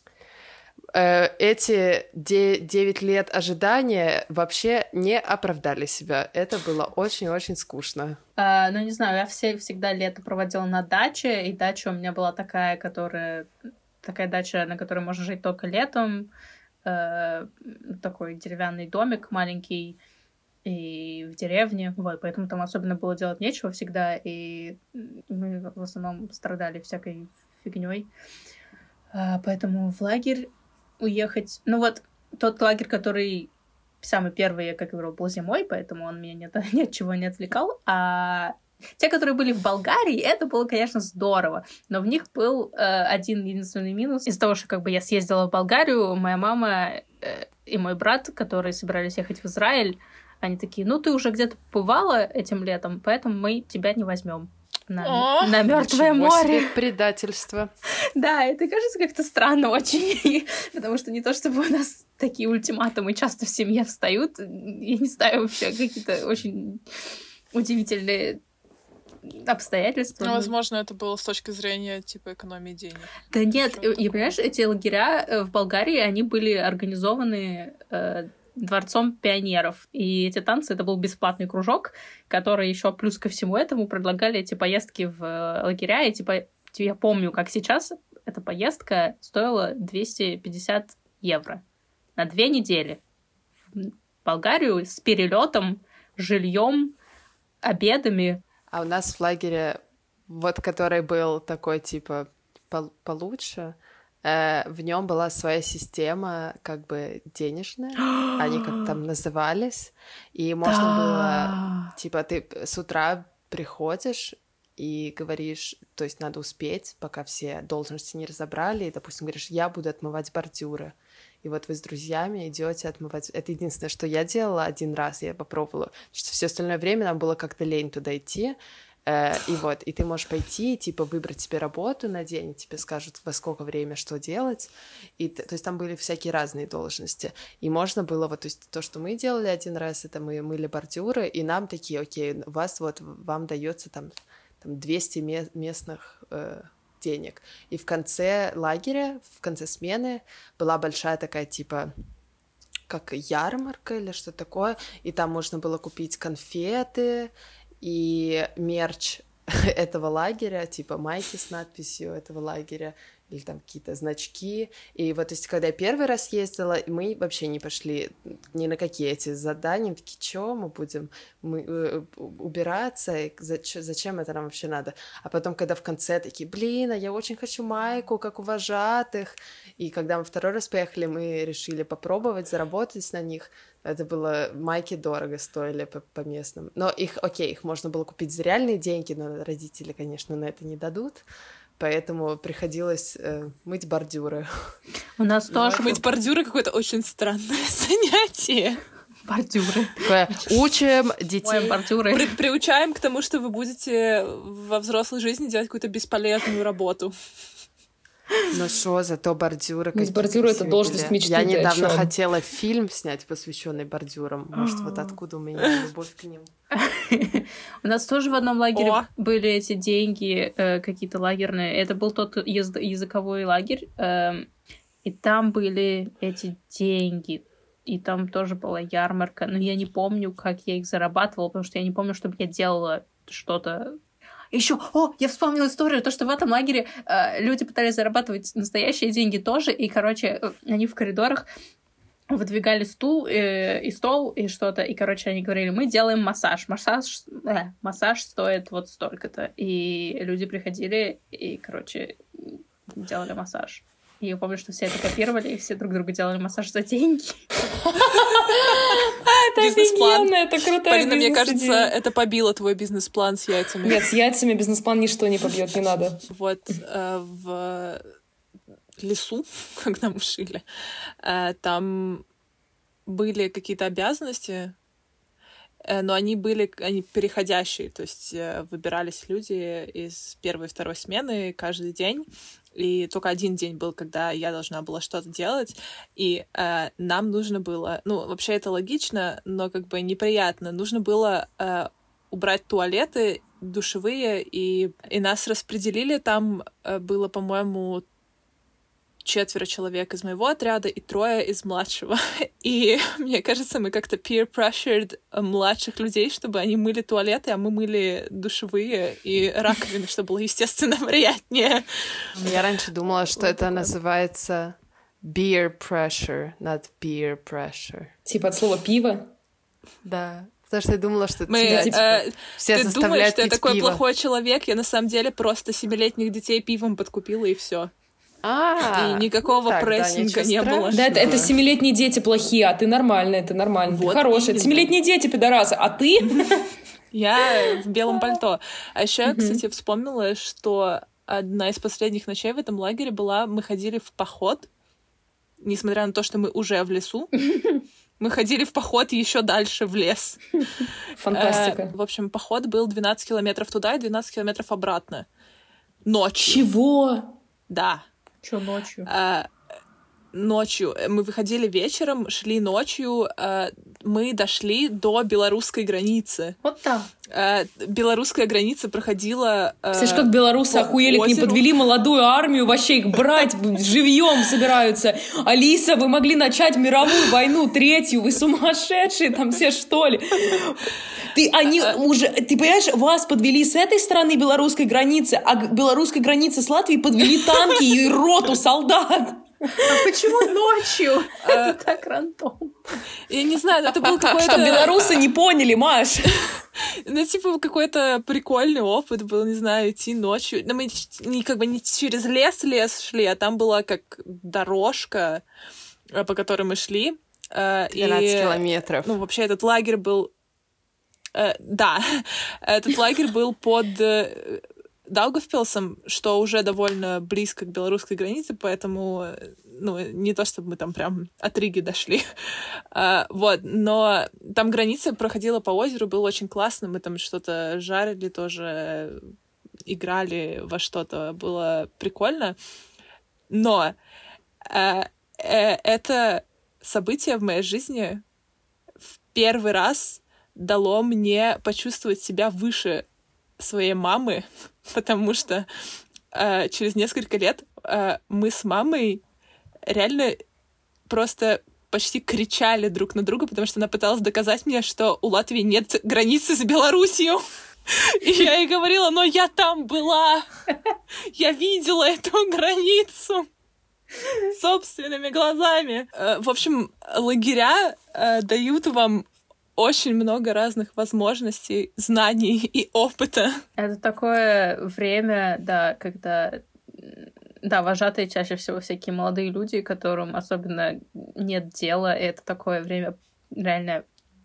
[SPEAKER 3] Эти девять лет ожидания вообще не оправдали себя. Это было очень-очень скучно.
[SPEAKER 4] А, ну, не знаю, я все, всегда лето проводила на даче, и дача у меня была такая, которая... Такая дача, на которой можно жить только летом. Э, такой деревянный домик маленький и в деревне. Вот, поэтому там особенно было делать нечего всегда, и мы в основном страдали всякой фигней. А, поэтому в лагерь уехать... Ну вот, тот лагерь, который самый первый, я, как говорю, был зимой, поэтому он меня ни, ни от чего не отвлекал. А те, которые были в Болгарии, это было, конечно, здорово. Но в них был э, один единственный минус. Из-за того, что как бы я съездила в Болгарию, моя мама э, и мой брат, которые собирались ехать в Израиль, они такие, ну, ты уже где-то бывала этим летом, поэтому мы тебя не возьмем на, на Мертвое море.
[SPEAKER 3] Предательство.
[SPEAKER 4] Да, это кажется как-то странно очень, потому что не то, чтобы у нас такие ультиматумы часто в семье встают, я не знаю, вообще какие-то очень удивительные обстоятельства.
[SPEAKER 2] Ну, возможно, это было с точки зрения, типа, экономии денег.
[SPEAKER 4] Да нет, и, понимаешь, эти лагеря в Болгарии, они были организованы э, Дворцом пионеров. И эти танцы — это был бесплатный кружок, который еще плюс ко всему этому предлагали эти поездки в лагеря. И типа, я помню, как сейчас эта поездка стоила двести пятьдесят евро на две недели в Болгарию с перелетом, жильем, обедами.
[SPEAKER 3] А у нас в лагере, вот который был такой, типа, пол- получше, э, в нем была своя система, как бы, денежная, они как там назывались, и можно
[SPEAKER 4] Да.
[SPEAKER 3] было, типа, ты с утра приходишь и говоришь, то есть надо успеть, пока все должности не разобрали, и, допустим, говоришь, я буду отмывать бордюры. И вот вы с друзьями идете отмывать. Это единственное, что я делала один раз, я попробовала. Потому что все остальное время нам было как-то лень туда идти. Э, и вот, и ты можешь пойти, типа, выбрать себе работу на день, и тебе скажут, во сколько время что делать. И, то есть там были всякие разные должности. И можно было, вот, то есть то, что мы делали один раз, это мы мыли бордюры, и нам такие, окей, у вас вот, вам дается там, там двести местных... Э, денег. И в конце лагеря, в конце смены была большая такая, типа, как ярмарка или что такое, и там можно было купить конфеты и мерч этого лагеря, типа майки с надписью этого лагеря, или там какие-то значки. И вот, то есть, когда я первый раз ездила, мы вообще не пошли ни на какие эти задания. Мы такие, чё мы будем мы, э, убираться? Зачем, зачем это нам вообще надо? А потом, когда в конце такие, блин, а я очень хочу майку, как у вожатых. И когда мы второй раз поехали, мы решили попробовать заработать на них. Это было, майки дорого стоили по, по местным. Но их, окей, их можно было купить за реальные деньги, но родители, конечно, на это не дадут. Поэтому приходилось э, мыть бордюры.
[SPEAKER 4] У нас тоже...
[SPEAKER 2] Мыть бордюры — какое-то очень странное занятие.
[SPEAKER 4] Бордюры.
[SPEAKER 3] Такое, учим детей.
[SPEAKER 4] Ой, бордюры.
[SPEAKER 2] При, приучаем к тому, что вы будете во взрослой жизни делать какую-то бесполезную работу.
[SPEAKER 3] Ну что, зато бордюры...
[SPEAKER 1] Мыть бордюры — это должность
[SPEAKER 3] были.
[SPEAKER 1] мечты.
[SPEAKER 3] Я недавно хотела фильм снять, посвященный бордюрам. Может, вот откуда у меня любовь к ним.
[SPEAKER 4] У нас тоже в одном лагере
[SPEAKER 2] О.
[SPEAKER 4] были эти деньги э, какие-то лагерные. Это был тот язы- языковой лагерь. Э, и там были эти деньги. И там тоже была ярмарка. Но я не помню, как я их зарабатывала, потому что я не помню, чтобы я делала что-то. Еще, о, я вспомнила историю, то, что в этом лагере э, люди пытались зарабатывать настоящие деньги тоже, и, короче, они в коридорах выдвигали стул э, и стол, и что-то, и, короче, они говорили, мы делаем массаж. Массаж, э, массаж стоит вот столько-то. И люди приходили и, короче, делали массаж. И я помню, что все это копировали, и все друг другу делали массаж за деньги.
[SPEAKER 1] Это офигенно, это крутая
[SPEAKER 2] Полина, мне кажется,
[SPEAKER 1] бизнес-идея.
[SPEAKER 2] это побило твой бизнес-план с яйцами.
[SPEAKER 1] Нет, с яйцами бизнес-план ничто не побьет, не надо.
[SPEAKER 2] Вот э, в лесу, когда мы шили, там были какие-то обязанности, но они были они переходящие, то есть выбирались люди из первой и второй смены каждый день, и только один день был, когда я должна была что-то делать, и э, нам нужно было, ну, вообще это логично, но как бы неприятно, нужно было э, убрать туалеты, душевые, и, и нас распределили, там э, было, по-моему, четверо человек из моего отряда и трое из младшего. И мне кажется, мы как-то peer-pressured младших людей, чтобы они мыли туалеты, а мы мыли душевые и раковины, что было, естественно, приятнее.
[SPEAKER 3] Я раньше думала, что это называется beer pressure, not peer pressure.
[SPEAKER 1] Типа от слова «пиво»?
[SPEAKER 3] Да. Потому что я думала, что
[SPEAKER 2] мы,
[SPEAKER 3] тебя, типа,
[SPEAKER 2] э,
[SPEAKER 3] все
[SPEAKER 2] ты
[SPEAKER 3] заставляют
[SPEAKER 2] думаешь, что я
[SPEAKER 3] пить
[SPEAKER 2] такой
[SPEAKER 3] пиво.
[SPEAKER 2] плохой человек, я на самом деле просто семилетних детей пивом подкупила, и все.
[SPEAKER 3] А,
[SPEAKER 2] и никакого
[SPEAKER 3] так,
[SPEAKER 2] прессинга
[SPEAKER 3] да,
[SPEAKER 2] не было.
[SPEAKER 1] Да, это, это семилетние дети плохие, а ты нормальная, ты нормальная, вот ты хорошая. Это семилетние дети, пидорасы, а ты?
[SPEAKER 2] Я в белом пальто. А еще я, кстати, вспомнила, что одна из последних ночей в этом лагере была, мы ходили в поход, несмотря на то, что мы уже в лесу. Мы ходили в поход еще дальше в лес.
[SPEAKER 1] Фантастика.
[SPEAKER 2] Э, в общем, поход был двенадцать километров туда и двенадцать километров обратно. Ночью.
[SPEAKER 1] Чего?
[SPEAKER 2] Да.
[SPEAKER 4] Чё ночью?
[SPEAKER 2] Э, ночью. Мы выходили вечером, шли ночью. Э, мы дошли до белорусской границы.
[SPEAKER 4] Вот так.
[SPEAKER 2] Э, белорусская граница проходила... Э,
[SPEAKER 1] Слышь, как белорусы охуели, к ним подвели молодую армию, вообще их брать живьем собираются. Алиса, вы могли начать мировую войну, третью, вы сумасшедшие там все, что ли? Ты, они уже, ты понимаешь, вас подвели с этой стороны белорусской границы, а к белорусской границе с Латвией подвели танки и роту солдат.
[SPEAKER 4] А почему ночью? Это так рандом.
[SPEAKER 2] Я не знаю, это был какой-то...
[SPEAKER 1] Что белорусы не поняли, Маш?
[SPEAKER 2] Ну, типа, какой-то прикольный опыт был, не знаю, идти ночью. Но мы не, как бы не через лес-лес шли, а там была как дорожка, по которой мы шли.
[SPEAKER 3] двенадцать
[SPEAKER 2] и,
[SPEAKER 3] километров.
[SPEAKER 2] Ну, вообще, этот лагерь был... Э, да, этот лагерь был под... Даугавпилсом, что уже довольно близко к белорусской границе, поэтому, ну, не то, чтобы мы там прям от Риги дошли. а, вот, но там граница проходила по озеру, было очень классно, мы там что-то жарили тоже, играли во что-то, было прикольно. Но э, э, это событие в моей жизни в первый раз дало мне почувствовать себя выше своей мамы, потому что э, через несколько лет э, мы с мамой реально просто почти кричали друг на друга, потому что она пыталась доказать мне, что у Латвии нет границы с Белоруссией. И я ей говорила, но я там была, я видела эту границу собственными глазами. Э, в общем, лагеря э, дают вам очень много разных возможностей, знаний и опыта.
[SPEAKER 4] Это такое время, да, когда, да, вожатые чаще всего всякие молодые люди, которым особенно нет дела, и это такое время реально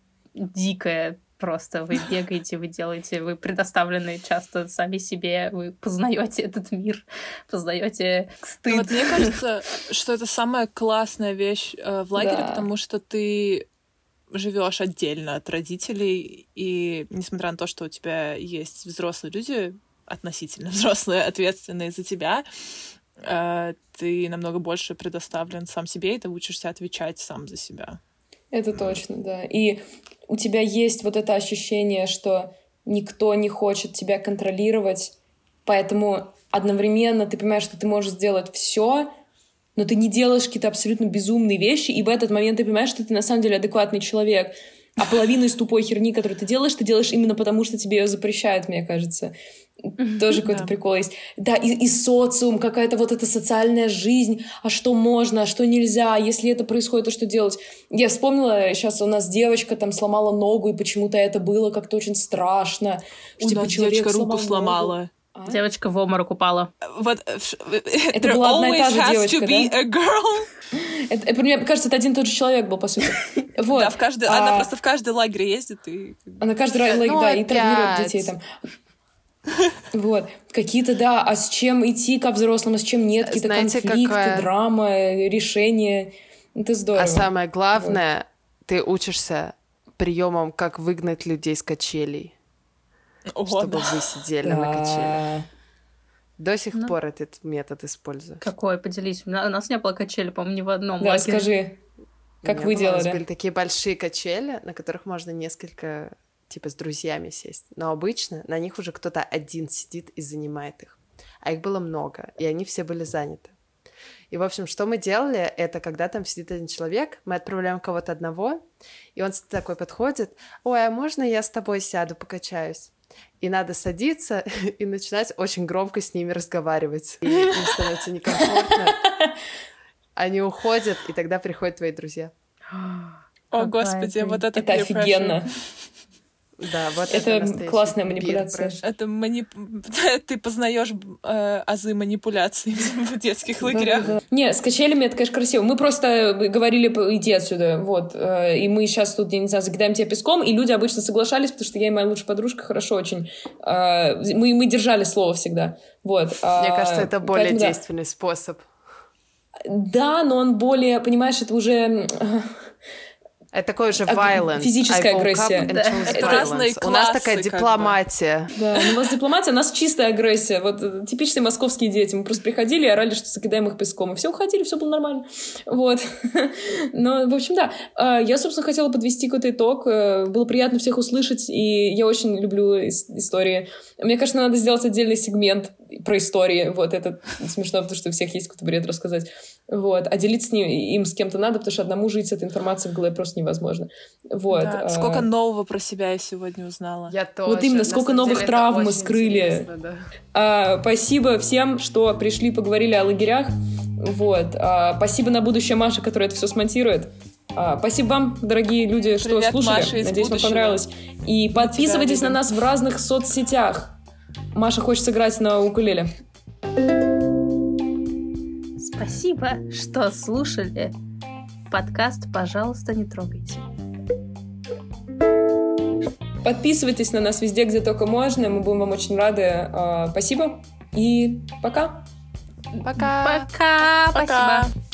[SPEAKER 4] дикое. Просто вы бегаете, вы делаете, вы предоставлены часто сами себе, вы познаете этот мир, познаете стыд.
[SPEAKER 2] Ну, вот мне кажется, что это самая классная вещь э, в лагере,
[SPEAKER 1] Да.
[SPEAKER 2] потому что ты живешь отдельно от родителей, и несмотря на то, что у тебя есть взрослые люди, относительно взрослые, ответственные за тебя, э, ты намного больше предоставлен сам себе, и ты учишься отвечать сам за себя.
[SPEAKER 1] Это точно, да. И у тебя есть вот это ощущение, что никто не хочет тебя контролировать, поэтому одновременно ты понимаешь, что ты можешь сделать все, но ты не делаешь какие-то абсолютно безумные вещи, и в этот момент ты понимаешь, что ты на самом деле адекватный человек. А половину из тупой херни, которую ты делаешь, ты делаешь именно потому, что тебе ее запрещают, мне кажется. Тоже какой-то
[SPEAKER 2] Да.
[SPEAKER 1] прикол есть. Да, и, и социум, какая-то вот эта социальная жизнь, а что можно, а что нельзя, если это происходит, то что делать? Я вспомнила, сейчас у нас девочка там сломала ногу, и почему-то это было как-то очень страшно.
[SPEAKER 2] У
[SPEAKER 1] Типа,
[SPEAKER 2] нас
[SPEAKER 1] человек
[SPEAKER 2] девочка руку
[SPEAKER 1] сломал ногу.
[SPEAKER 2] сломала.
[SPEAKER 1] А?
[SPEAKER 4] Девочка в обморок упала.
[SPEAKER 2] Вот,
[SPEAKER 1] Это была одна и та же девочка,
[SPEAKER 2] to be
[SPEAKER 1] да?
[SPEAKER 2] a girl.
[SPEAKER 1] Это, это, мне кажется, это один и тот же человек был, по сути. Вот.
[SPEAKER 2] Да, в каждый,
[SPEAKER 1] А,
[SPEAKER 2] она просто в каждый лагерь ездит и...
[SPEAKER 1] Она каждый раз,
[SPEAKER 3] Ну,
[SPEAKER 1] да, и травмирует
[SPEAKER 3] опять.
[SPEAKER 1] детей там. Вот. Какие-то, да, а с чем идти ко взрослым, а с чем нет, какие-то
[SPEAKER 3] Знаете,
[SPEAKER 1] конфликты,
[SPEAKER 3] какая...
[SPEAKER 1] драма, решения. Это здорово.
[SPEAKER 3] А самое главное, вот. Ты учишься приемам, как выгнать людей с качелей. О, чтобы да. Вы сидели да. на качелях. До сих ну. пор этот метод использую.
[SPEAKER 4] Какой? Поделись. У нас не было качели, по-моему, ни в одном.
[SPEAKER 1] Да, лагере. Скажи, как вы
[SPEAKER 3] было.
[SPEAKER 1] делали?
[SPEAKER 3] У нас были такие большие качели, на которых можно несколько, типа, с друзьями сесть. Но обычно на них уже кто-то один сидит и занимает их. А их было много, и они все были заняты. И, в общем, что мы делали, это когда там сидит один человек, мы отправляем кого-то одного, и он такой подходит: «Ой, а можно я с тобой сяду, покачаюсь?» И надо садиться и начинать очень громко с ними разговаривать. И им становится некомфортно. Они уходят, и тогда приходят твои друзья.
[SPEAKER 2] О, господи, вот это
[SPEAKER 1] Это офигенно.
[SPEAKER 3] Да, вот
[SPEAKER 1] это,
[SPEAKER 3] это
[SPEAKER 1] классная манипуляция.
[SPEAKER 2] Это манип... Ты познаешь э, азы манипуляций в детских лагерях.
[SPEAKER 1] Да, да, да. Не, с качелями это, конечно, красиво. Мы просто говорили, иди отсюда, вот. Э, и мы сейчас тут, я не знаю, закидаем тебя песком, и люди обычно соглашались, потому что я и моя лучшая подружка хорошо очень. Э, мы, мы держали слово всегда. Вот.
[SPEAKER 3] Мне кажется, это более Поэтому, действенный да. способ.
[SPEAKER 1] Да, но он более, понимаешь, это уже...
[SPEAKER 3] Это такой же violence.
[SPEAKER 1] Физическая агрессия.
[SPEAKER 2] Да. Это разные классы.
[SPEAKER 3] У нас такая дипломатия.
[SPEAKER 1] Да, у нас дипломатия, у нас чистая агрессия. Вот типичные московские дети. Мы просто приходили и орали, что закидаем их песком. И все уходили, все было нормально. Вот. Но, в общем, да. Я, собственно, хотела подвести какой-то итог. Было приятно всех услышать, и я очень люблю истории. Мне кажется, надо сделать отдельный сегмент про истории. Вот это смешно, потому что у всех есть какой-то бред рассказать. Вот. А делиться с ним, им с кем-то надо, потому что одному жить с этой информацией в голове просто невозможно. Вот.
[SPEAKER 2] Да. А... Сколько нового про себя я сегодня узнала.
[SPEAKER 3] Я тоже.
[SPEAKER 1] Вот именно, сколько новых травм мы скрыли. Да. А, спасибо всем, что пришли, поговорили о лагерях. Вот. А, спасибо на будущее Маше, которая это все смонтирует. А, спасибо вам, дорогие люди, что
[SPEAKER 2] Привет,
[SPEAKER 1] слушали.
[SPEAKER 2] Маша,
[SPEAKER 1] Надеюсь,
[SPEAKER 2] будущего.
[SPEAKER 1] вам понравилось. И подписывайтесь на нас в разных соцсетях. Маша хочет сыграть на укулеле.
[SPEAKER 4] Спасибо, что слушали подкаст «Пожалуйста, не трогайте».
[SPEAKER 1] Подписывайтесь на нас везде, где только можно. Мы будем вам очень рады. Спасибо и пока.
[SPEAKER 3] Пока.
[SPEAKER 4] Пока.
[SPEAKER 2] Пока.
[SPEAKER 4] Спасибо.